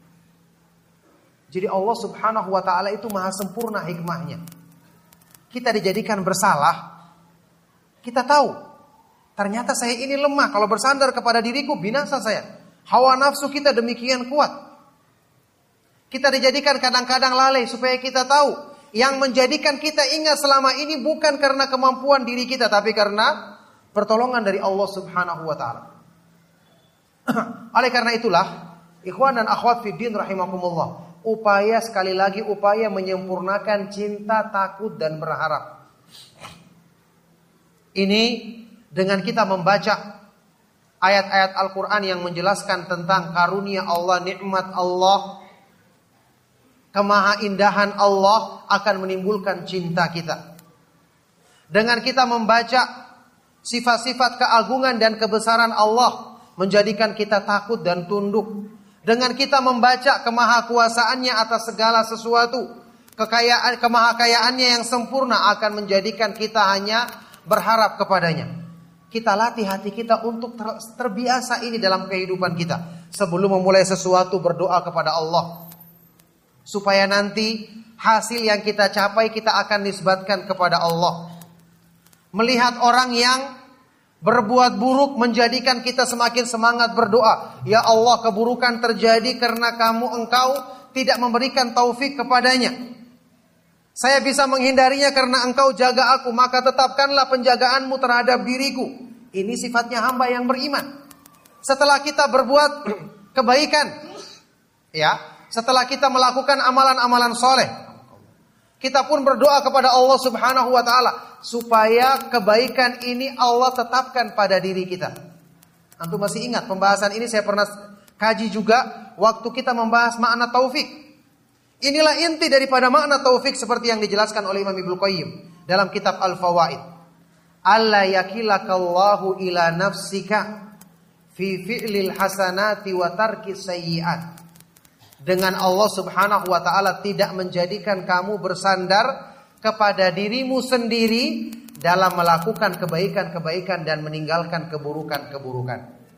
Jadi Allah subhanahu wa ta'ala itu maha sempurna hikmahnya. Kita dijadikan bersalah, kita tahu, ternyata saya ini lemah, kalau bersandar kepada diriku binasa saya. Hawa nafsu kita demikian kuat. Kita dijadikan kadang-kadang lalai supaya kita tahu, yang menjadikan kita ingat selama ini bukan karena kemampuan diri kita, tapi karena pertolongan dari Allah subhanahu wa ta'ala. Oleh karena itulah, ikhwan dan akhwat fiddin rahimakumullah, sekali lagi upaya menyempurnakan cinta, takut dan berharap. Ini dengan kita membaca ayat-ayat Al-Quran yang menjelaskan tentang karunia Allah, nikmat Allah, kemahaindahan Allah akan menimbulkan cinta kita. Dengan kita membaca sifat-sifat keagungan dan kebesaran Allah, menjadikan kita takut dan tunduk. Dengan kita membaca kemahakuasaannya atas segala sesuatu, kemahakayaannya yang sempurna akan menjadikan kita hanya berharap kepadanya. Kita latih hati kita untuk terbiasa ini dalam kehidupan kita. Sebelum memulai sesuatu, berdoa kepada Allah, supaya nanti hasil yang kita capai kita akan nisbatkan kepada Allah. Melihat orang yang berbuat buruk menjadikan kita semakin semangat berdoa. Ya Allah, keburukan terjadi karena Engkau tidak memberikan taufik kepadanya. Saya bisa menghindarinya karena Engkau jaga aku, maka tetapkanlah penjagaanmu terhadap diriku. Ini sifatnya hamba yang beriman. Setelah kita berbuat kebaikan, setelah kita melakukan amalan-amalan soleh, kita pun berdoa kepada Allah subhanahu wa ta'ala supaya kebaikan ini Allah tetapkan pada diri kita. Antum masih ingat pembahasan ini saya pernah kaji juga waktu kita membahas makna taufik. Inilah inti daripada makna taufik seperti yang dijelaskan oleh Imam Ibnu Qayyim dalam kitab Al-Fawaid. Alla yakilakallahu ila nafsika fi fi'lil hasanati wa tarkis sayyi'at. Dengan Allah subhanahu wa ta'ala tidak menjadikan kamu bersandar kepada dirimu sendiri dalam melakukan kebaikan-kebaikan dan meninggalkan keburukan-keburukan.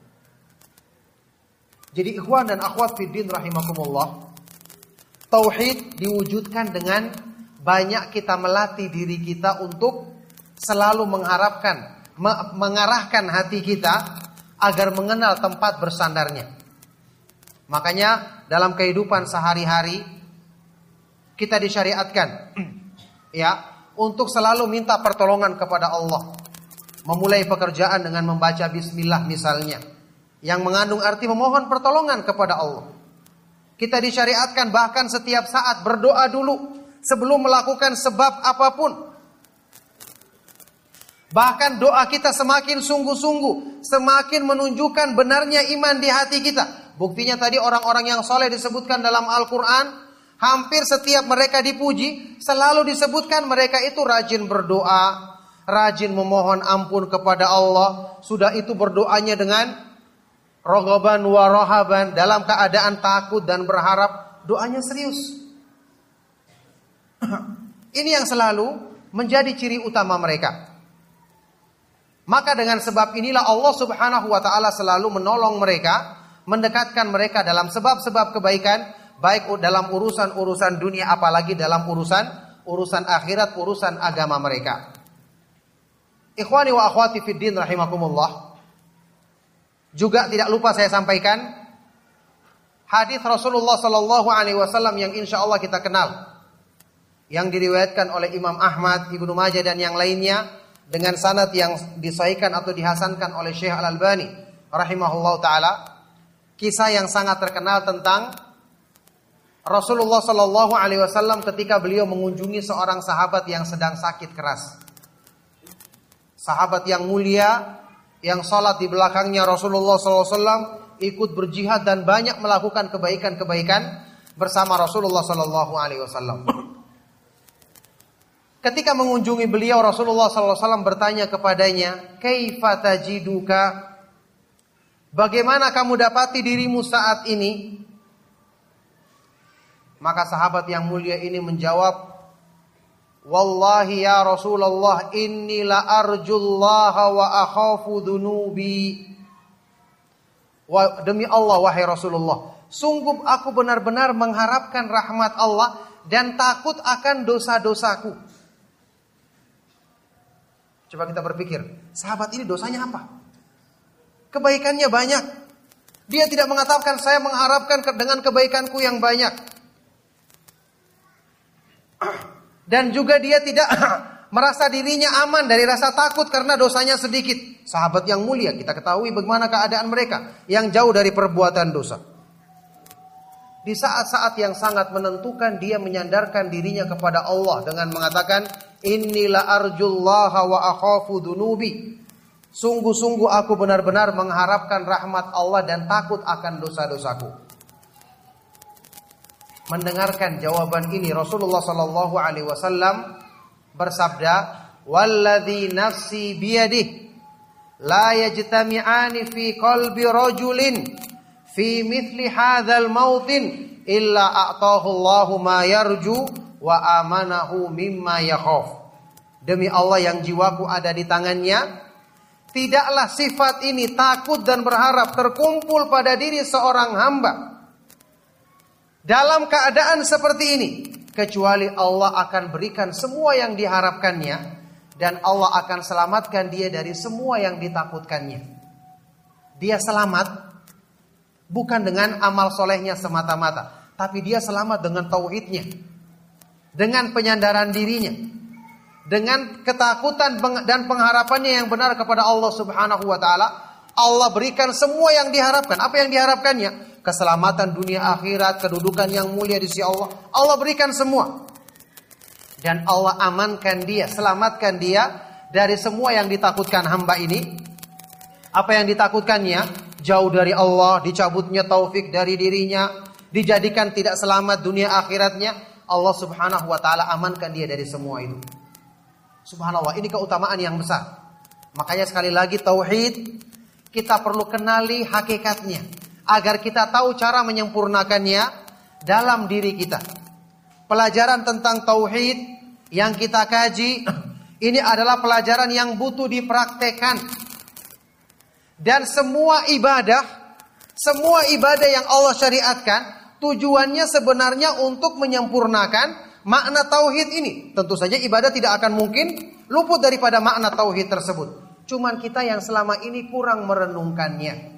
Jadi ikhwan dan akhwat fiddin rahimakumullah, tauhid diwujudkan dengan banyak kita melatih diri kita untuk selalu mengarahkan hati kita agar mengenal tempat bersandarnya. Makanya dalam kehidupan sehari-hari kita disyariatkan untuk selalu minta pertolongan kepada Allah. Memulai pekerjaan dengan membaca bismillah misalnya, yang mengandung arti memohon pertolongan kepada Allah. Kita disyariatkan bahkan setiap saat berdoa dulu sebelum melakukan sebab apapun. Bahkan doa kita semakin sungguh-sungguh, semakin menunjukkan benarnya iman di hati kita. Buktinya tadi orang-orang yang soleh disebutkan dalam Al-Quran, hampir setiap mereka dipuji, selalu disebutkan mereka itu rajin berdoa, rajin memohon ampun kepada Allah. Sudah itu berdoanya dengan raghaban wa rahaban, dalam keadaan takut dan berharap, doanya serius. Ini yang selalu menjadi ciri utama mereka. Maka dengan sebab inilah Allah subhanahu wa ta'ala selalu menolong mereka, mendekatkan mereka dalam sebab-sebab kebaikan, baik dalam urusan-urusan dunia apalagi dalam urusan akhirat, urusan agama mereka. Ikhwani wa akhwati fiddin rahimakumullah, juga tidak lupa saya sampaikan hadis Rasulullah sallallahu alaihi wasallam yang insyaallah kita kenal, yang diriwayatkan oleh Imam Ahmad, Ibnu Majah dan yang lainnya dengan sanad yang disahihkan atau dihasankan oleh Syekh Al-Albani rahimahullahu taala. Kisah yang sangat terkenal tentang Rasulullah sallallahu alaihi wasallam ketika beliau mengunjungi seorang sahabat yang sedang sakit keras. Sahabat yang mulia yang salat di belakangnya Rasulullah sallallahu alaihi wasallam, ikut berjihad dan banyak melakukan kebaikan-kebaikan bersama Rasulullah sallallahu alaihi wasallam. Ketika mengunjungi beliau, Rasulullah sallallahu alaihi wasallam bertanya kepadanya, "Kaifa tajiduka?" Bagaimana kamu dapati dirimu saat ini? Maka sahabat yang mulia ini menjawab, wallahi ya Rasulullah, inni la arjullaha wa akhafu dhunubi. Demi Allah wahai Rasulullah, sungguh aku benar-benar mengharapkan rahmat Allah dan takut akan dosa-dosaku. Coba kita berpikir, sahabat ini dosanya apa? Kebaikannya banyak. Dia tidak mengatakan saya mengharapkan dengan kebaikanku yang banyak. Dan juga dia tidak merasa dirinya aman dari rasa takut karena dosanya sedikit. Sahabat yang mulia, kita ketahui bagaimana keadaan mereka yang jauh dari perbuatan dosa. Di saat-saat yang sangat menentukan, dia menyandarkan dirinya kepada Allah dengan mengatakan, innila arjullaha wa akhafu dhunubi. Sungguh-sungguh aku benar-benar mengharapkan rahmat Allah dan takut akan dosa-dosaku. Mendengarkan jawaban ini, Rasulullah sallallahu alaihi wasallam bersabda, "Walladzi nafsi biyadihi la yajtami'ani fi qalbi rajulin fi mithli hadzal mautin illa a'tahu Allahu ma yarju wa amanahu mimma yakhaf." Demi Allah yang jiwaku ada di tangannya, tidaklah sifat ini takut dan berharap terkumpul pada diri seorang hamba dalam keadaan seperti ini, kecuali Allah akan berikan semua yang diharapkannya dan Allah akan selamatkan dia dari semua yang ditakutkannya. Dia selamat bukan dengan amal solehnya semata-mata, tapi dia selamat dengan tauhidnya, dengan penyandaran dirinya, dengan ketakutan dan pengharapannya yang benar kepada Allah Subhanahu wa taala. Allah berikan semua yang diharapkan. Apa yang diharapkannya? Keselamatan dunia akhirat, kedudukan yang mulia di sisi Allah. Allah berikan semua. Dan Allah amankan dia, selamatkan dia dari semua yang ditakutkan hamba ini. Apa yang ditakutkannya? Jauh dari Allah, dicabutnya taufik dari dirinya, dijadikan tidak selamat dunia akhiratnya. Allah Subhanahu wa taala amankan dia dari semua itu. Subhanallah, ini keutamaan yang besar. Makanya sekali lagi tauhid kita perlu kenali hakikatnya agar kita tahu cara menyempurnakannya dalam diri kita. Pelajaran tentang tauhid yang kita kaji ini adalah pelajaran yang butuh dipraktekkan. Dan semua ibadah yang Allah syariatkan tujuannya sebenarnya untuk menyempurnakan makna tauhid ini. Tentu saja ibadah tidak akan mungkin luput daripada makna tauhid tersebut. Cuman kita yang selama ini kurang merenungkannya,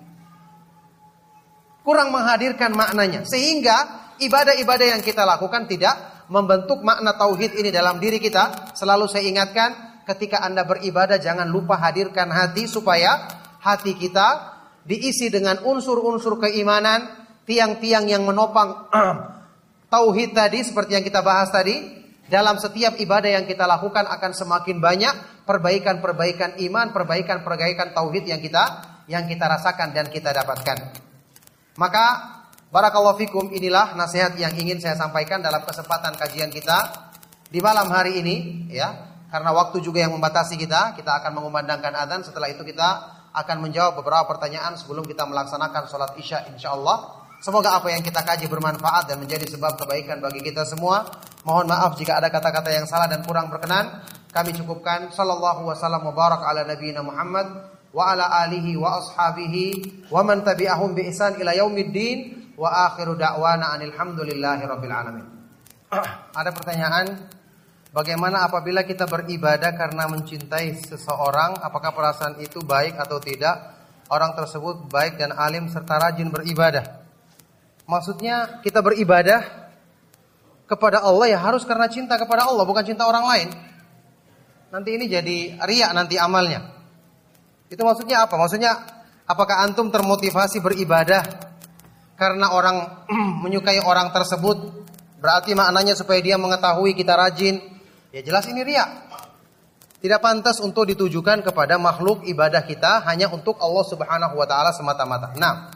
kurang menghadirkan maknanya, sehingga ibadah-ibadah yang kita lakukan tidak membentuk makna tauhid ini dalam diri kita. Selalu saya ingatkan, ketika Anda beribadah jangan lupa hadirkan hati, supaya hati kita diisi dengan unsur-unsur keimanan, tiang-tiang yang menopang tauhid tadi, seperti yang kita bahas tadi. Dalam setiap ibadah yang kita lakukan akan semakin banyak perbaikan-perbaikan iman, perbaikan-perbaikan tauhid yang kita rasakan dan kita dapatkan. Maka barakallahu fikum, inilah nasihat yang ingin saya sampaikan dalam kesempatan kajian kita di malam hari ini, ya. Karena waktu juga yang membatasi kita akan mengumandangkan azan. Setelah itu kita akan menjawab beberapa pertanyaan sebelum kita melaksanakan sholat isya insyaallah. Semoga apa yang kita kaji bermanfaat dan menjadi sebab kebaikan bagi kita semua. Mohon maaf jika ada kata-kata yang salah dan kurang berkenan. Kami cukupkan. Sallallahu wasallam wa barak ala nabiyina Muhammad wa ala alihi wa ashabihi wa man tabi'ahum bi ihsan ila yaumiddin wa akhiru da'wana anil hamdulillahi rabbil alamin. Ada pertanyaan, bagaimana apabila kita beribadah karena mencintai seseorang, apakah perasaan itu baik atau tidak? Orang tersebut baik dan alim serta rajin beribadah. Maksudnya kita beribadah kepada Allah ya harus karena cinta kepada Allah, bukan cinta orang lain. Nanti ini jadi riya nanti amalnya. Itu maksudnya apa? Maksudnya apakah antum termotivasi beribadah karena orang menyukai orang tersebut? Berarti maknanya supaya dia mengetahui kita rajin. Ya jelas ini riya. Tidak pantas untuk ditujukan kepada makhluk ibadah kita, hanya untuk Allah Subhanahu wa taala semata-mata. Nah,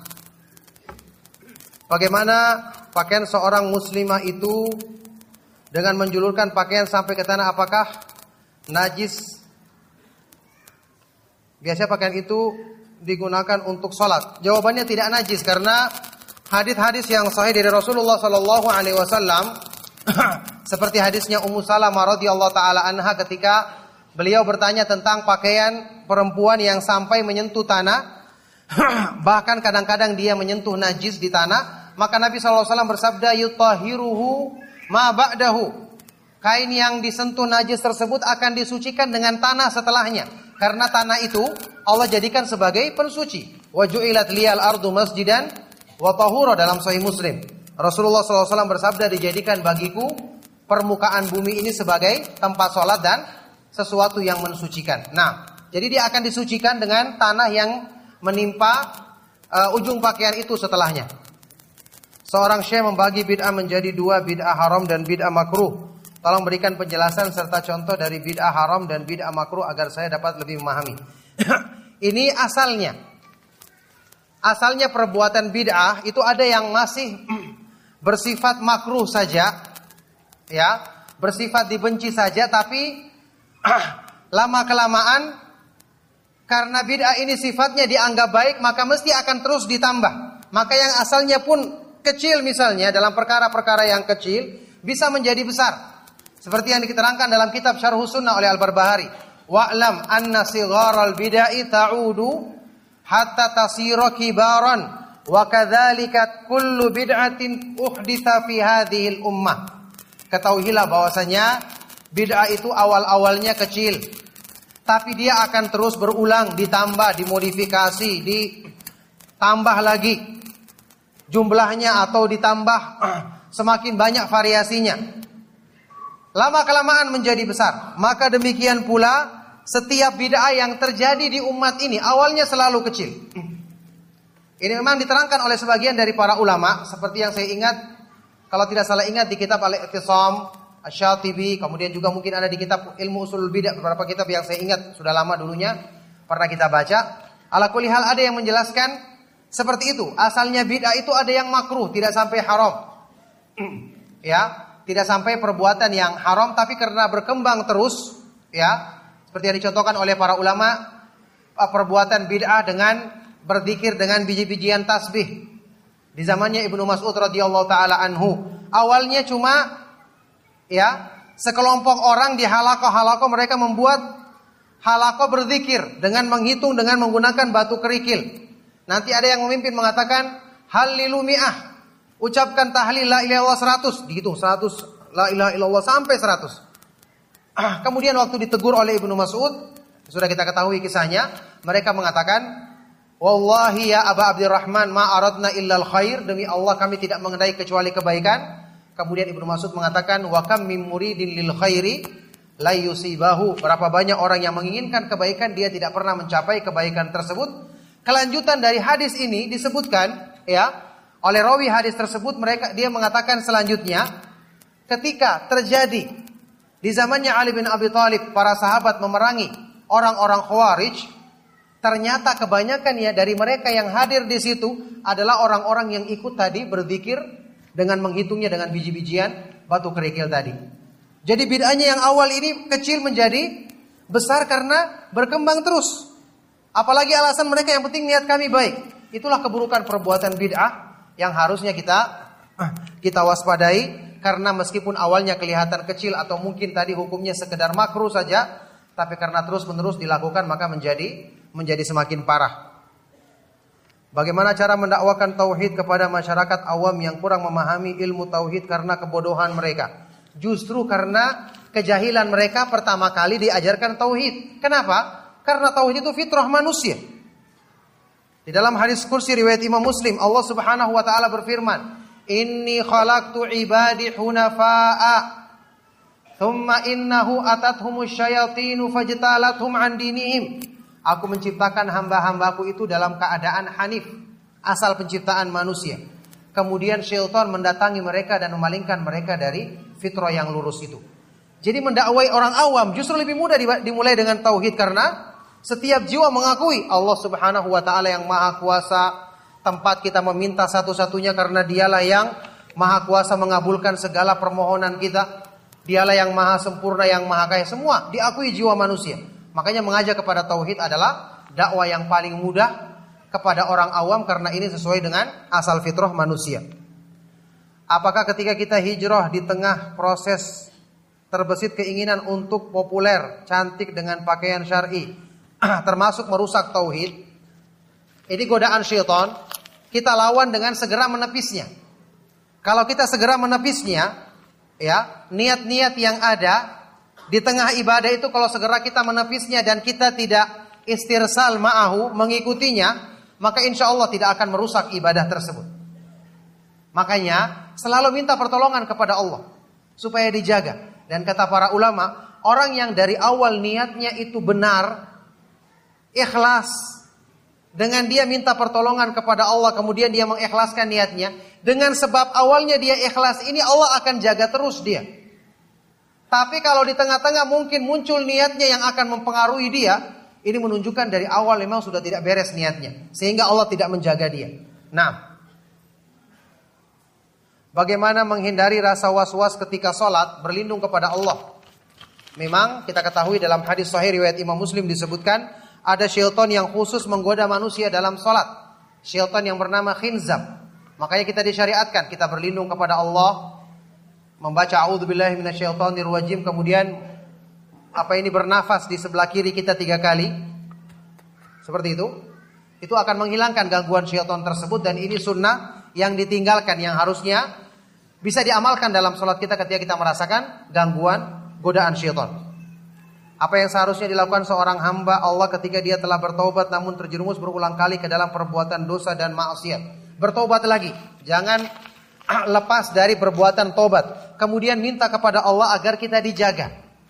bagaimana pakaian seorang muslimah itu dengan menjulurkan pakaian sampai ke tanah, apakah najis? Biasanya pakaian itu digunakan untuk sholat? Jawabannya tidak najis karena hadis-hadis yang sahih dari Rasulullah Sallallahu Alaihi Wasallam seperti hadisnya Ummu Salamah radhiyallahu taala anha ketika beliau bertanya tentang pakaian perempuan yang sampai menyentuh tanah, bahkan kadang-kadang dia menyentuh najis di tanah, maka Nabi SAW bersabda, yutahiruhu ma ba'dahu. Kain yang disentuh najis tersebut akan disucikan dengan tanah setelahnya. Karena tanah itu Allah jadikan sebagai pensuci. Wa ju'ilat liyal ardu masjidan wa tahura dalam Sahih Muslim. Rasulullah SAW bersabda, dijadikan bagiku permukaan bumi ini sebagai tempat sholat dan sesuatu yang mensucikan. Nah, jadi dia akan disucikan dengan tanah yang menimpa ujung pakaian itu setelahnya. Seorang syekh membagi bid'ah menjadi dua, bid'ah haram dan bid'ah makruh. Tolong berikan penjelasan serta contoh dari bid'ah haram dan bid'ah makruh agar saya dapat lebih memahami. Ini asalnya. Asalnya perbuatan bid'ah itu ada yang masih bersifat makruh saja, ya, bersifat dibenci saja, tapi lama kelamaan karena bid'ah ini sifatnya dianggap baik, maka mesti akan terus ditambah. Maka yang asalnya pun kecil misalnya dalam perkara-perkara yang kecil bisa menjadi besar. Seperti yang diterangkan dalam kitab Syarhus Sunnah oleh Al-Barbahari. Wa'lam anna sigharal bid'ah ta'udu hatta tasira kibaran wa kadzalika kullu bid'atin uhditha fi hadhil ummah. Ketahuilah bahwasanya bid'ah itu awal-awalnya kecil, tapi dia akan terus berulang, ditambah, dimodifikasi, ditambah lagi jumlahnya atau ditambah semakin banyak variasinya. Lama-kelamaan menjadi besar. Maka demikian pula setiap bid'ah yang terjadi di umat ini awalnya selalu kecil. Ini memang diterangkan oleh sebagian dari para ulama, seperti yang saya ingat, kalau tidak salah ingat di kitab Al-I'tisam Asy-Syatibi, kemudian juga mungkin ada di kitab Ilmu Ushulul Bidah, beberapa kitab yang saya ingat sudah lama dulunya pernah kita baca. Ala kulli hal ada yang menjelaskan seperti itu. Asalnya bid'ah itu ada yang makruh, tidak sampai haram. Ya, tidak sampai perbuatan yang haram, tapi karena berkembang terus, ya, seperti yang dicontohkan oleh para ulama, perbuatan bid'ah dengan berzikir dengan biji-bijian tasbih. Di zamannya Ibnu Mas'ud radhiyallahu taala anhu, awalnya cuma ya, sekelompok orang di halaqah mereka membuat halaqah berzikir dengan menghitung dengan menggunakan batu kerikil. Nanti ada yang memimpin mengatakan halilu mi'ah, ucapkan tahlil la ilaha illallah 100, dihitung 100 la ilaha illallah sampai 100. Kemudian waktu ditegur oleh Ibnu Mas'ud, sudah kita ketahui kisahnya, mereka mengatakan, wallahi ya Aba Abdurrahman ma aradna illal khair, demi Allah kami tidak mengendaki kecuali kebaikan. Kemudian Ibnu Mas'ud mengatakan, wa kam min muridin lil khairi la yusibahu, berapa banyak orang yang menginginkan kebaikan, dia tidak pernah mencapai kebaikan tersebut. Kelanjutan dari hadis ini disebutkan, ya, oleh rawi hadis tersebut, dia mengatakan selanjutnya, ketika terjadi di zamannya Ali bin Abi Thalib para sahabat memerangi orang-orang Khawarij, ternyata kebanyakan ya dari mereka yang hadir di situ adalah orang-orang yang ikut tadi berzikir dengan menghitungnya dengan biji-bijian batu kerikil tadi. Jadi bid'ahnya yang awal ini kecil menjadi besar karena berkembang terus. Apalagi alasan mereka yang penting niat kami baik. Itulah keburukan perbuatan bid'ah yang harusnya kita waspadai, karena meskipun awalnya kelihatan kecil atau mungkin tadi hukumnya sekedar makruh saja, tapi karena terus-menerus dilakukan maka menjadi semakin parah. Bagaimana cara mendakwakan tauhid kepada masyarakat awam yang kurang memahami ilmu tauhid karena kebodohan mereka? Justru karena kejahilan mereka pertama kali diajarkan tauhid. Kenapa? Karena tauhid itu fitrah manusia. Di dalam hadis kursi riwayat Imam Muslim, Allah Subhanahu wa taala berfirman, "Inni khalaqtu ibadi hunafa'a, thumma innahu atathumus syayatinu fajtalathum an dinihim." Aku menciptakan hamba-hambaku itu dalam keadaan hanif, asal penciptaan manusia. Kemudian syaitan mendatangi mereka dan memalingkan mereka dari fitrah yang lurus itu. Jadi mendakwai orang awam justru lebih mudah dimulai dengan tauhid, karena setiap jiwa mengakui Allah Subhanahu wa taala yang maha kuasa, tempat kita meminta satu-satunya karena dialah yang maha kuasa mengabulkan segala permohonan kita. Dialah yang maha sempurna, yang maha kaya, semua diakui jiwa manusia. Makanya mengajak kepada tauhid adalah dakwah yang paling mudah, kepada orang awam karena ini sesuai dengan asal fitrah manusia. Apakah ketika kita hijrah di tengah proses terbesit keinginan untuk populer, cantik dengan pakaian syar'i, termasuk merusak tauhid, ini godaan syaitan, kita lawan dengan segera menepisnya. Kalau kita segera menepisnya, ya, niat-niat yang ada di tengah ibadah itu kalau segera kita menepisnya dan kita tidak istirsal ma'ahu, mengikutinya, maka insya Allah tidak akan merusak ibadah tersebut. Makanya selalu minta pertolongan kepada Allah supaya dijaga. Dan kata para ulama, orang yang dari awal niatnya itu benar, ikhlas, dengan dia minta pertolongan kepada Allah, kemudian dia mengikhlaskan niatnya, dengan sebab awalnya dia ikhlas ini, Allah akan jaga terus dia. Tapi kalau di tengah-tengah mungkin muncul niatnya yang akan mempengaruhi dia, ini menunjukkan dari awal memang sudah tidak beres niatnya, sehingga Allah tidak menjaga dia. Nah, bagaimana menghindari rasa was-was ketika sholat, berlindung kepada Allah. Memang kita ketahui dalam hadis sahih riwayat Imam Muslim disebutkan, ada syaitan yang khusus menggoda manusia dalam sholat. Syaitan yang bernama Khinzab. Makanya kita disyariatkan, kita berlindung kepada Allah, membaca a'udzubillahi minasyaitonir rajim, kemudian bernafas di sebelah kiri kita 3 kali. Seperti itu. Itu akan menghilangkan gangguan syaitan tersebut, dan ini sunnah yang ditinggalkan, yang harusnya bisa diamalkan dalam sholat kita ketika kita merasakan gangguan godaan syaitan. Apa yang seharusnya dilakukan seorang hamba Allah ketika dia telah bertaubat namun terjerumus berulang kali ke dalam perbuatan dosa dan maksiat? Bertaubat lagi. Jangan lepas dari perbuatan taubat. Kemudian minta kepada Allah agar kita dijaga.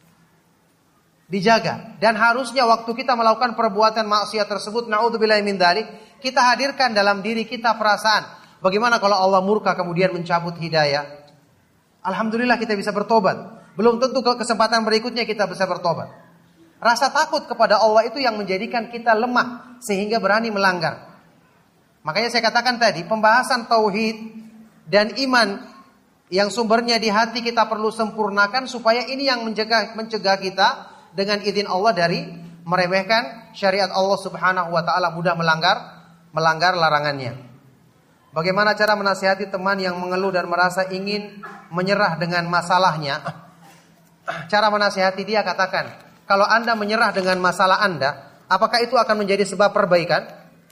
Dan harusnya waktu kita melakukan perbuatan maksiat tersebut, na'udzubillahi min dzalik, kita hadirkan dalam diri kita perasaan, bagaimana kalau Allah murka kemudian mencabut hidayah? Alhamdulillah kita bisa bertobat. Belum tentu kesempatan berikutnya kita bisa bertobat. Rasa takut kepada Allah itu yang menjadikan kita lemah sehingga berani melanggar. Makanya saya katakan tadi, pembahasan tauhid dan iman yang sumbernya di hati kita perlu sempurnakan supaya ini yang mencegah kita dengan izin Allah dari meremehkan syariat Allah Subhanahu wa taala, mudah melanggar larangannya. Bagaimana cara menasihati teman yang mengeluh dan merasa ingin menyerah dengan masalahnya? Cara menasihati dia, katakan, kalau Anda menyerah dengan masalah Anda, apakah itu akan menjadi sebab perbaikan?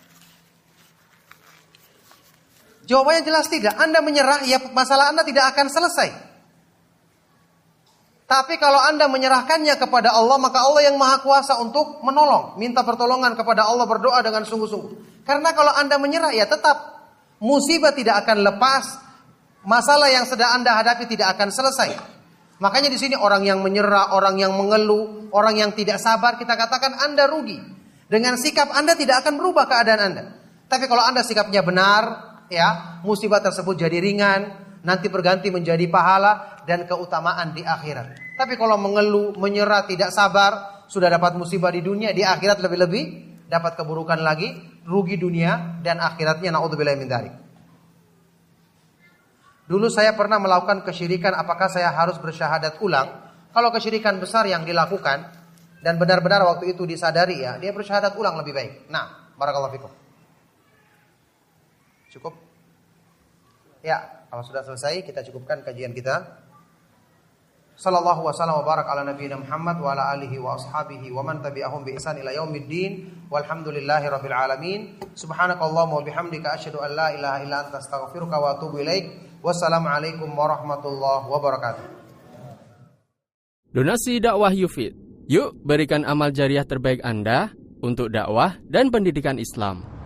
Jawabannya jelas tidak. Anda menyerah, ya masalah Anda tidak akan selesai. Tapi kalau Anda menyerahkannya kepada Allah, maka Allah yang maha kuasa untuk menolong. Minta pertolongan kepada Allah, berdoa dengan sungguh-sungguh. Karena kalau Anda menyerah, ya tetap musibah tidak akan lepas, masalah yang sedang Anda hadapi tidak akan selesai. Makanya di sini orang yang menyerah, orang yang mengeluh, orang yang tidak sabar, kita katakan Anda rugi. Dengan sikap Anda tidak akan berubah keadaan Anda. Tapi kalau Anda sikapnya benar, ya, musibah tersebut jadi ringan, nanti berganti menjadi pahala dan keutamaan di akhirat. Tapi kalau mengeluh, menyerah, tidak sabar, sudah dapat musibah di dunia, di akhirat lebih-lebih dapat keburukan lagi, rugi dunia dan akhiratnya, naudzubillahi min dzalik. Dulu saya pernah melakukan kesyirikan, apakah saya harus bersyahadat ulang? Kalau kesyirikan besar yang dilakukan dan benar-benar waktu itu disadari, ya, dia bersyahadat ulang lebih baik. Nah, barakallahu fikum. Cukup? Ya, kalau sudah selesai kita cukupkan kajian kita. Sallallahu wasallam wa barak ala nabiyina Muhammad wa ala alihi wa ashabihi wa man tabi'ahum bi ihsan ila yaumiddin walhamdulillahi rabbil alamin. Subhanakallahumma wa bihamdika asyhadu an la ilaha illa anta astaghfiruka wa atubu ilaik. Wassalamualaikum warahmatullahi wabarakatuh. Donasi dakwah Yufid. Yuk berikan amal jariah terbaik Anda untuk dakwah dan pendidikan Islam.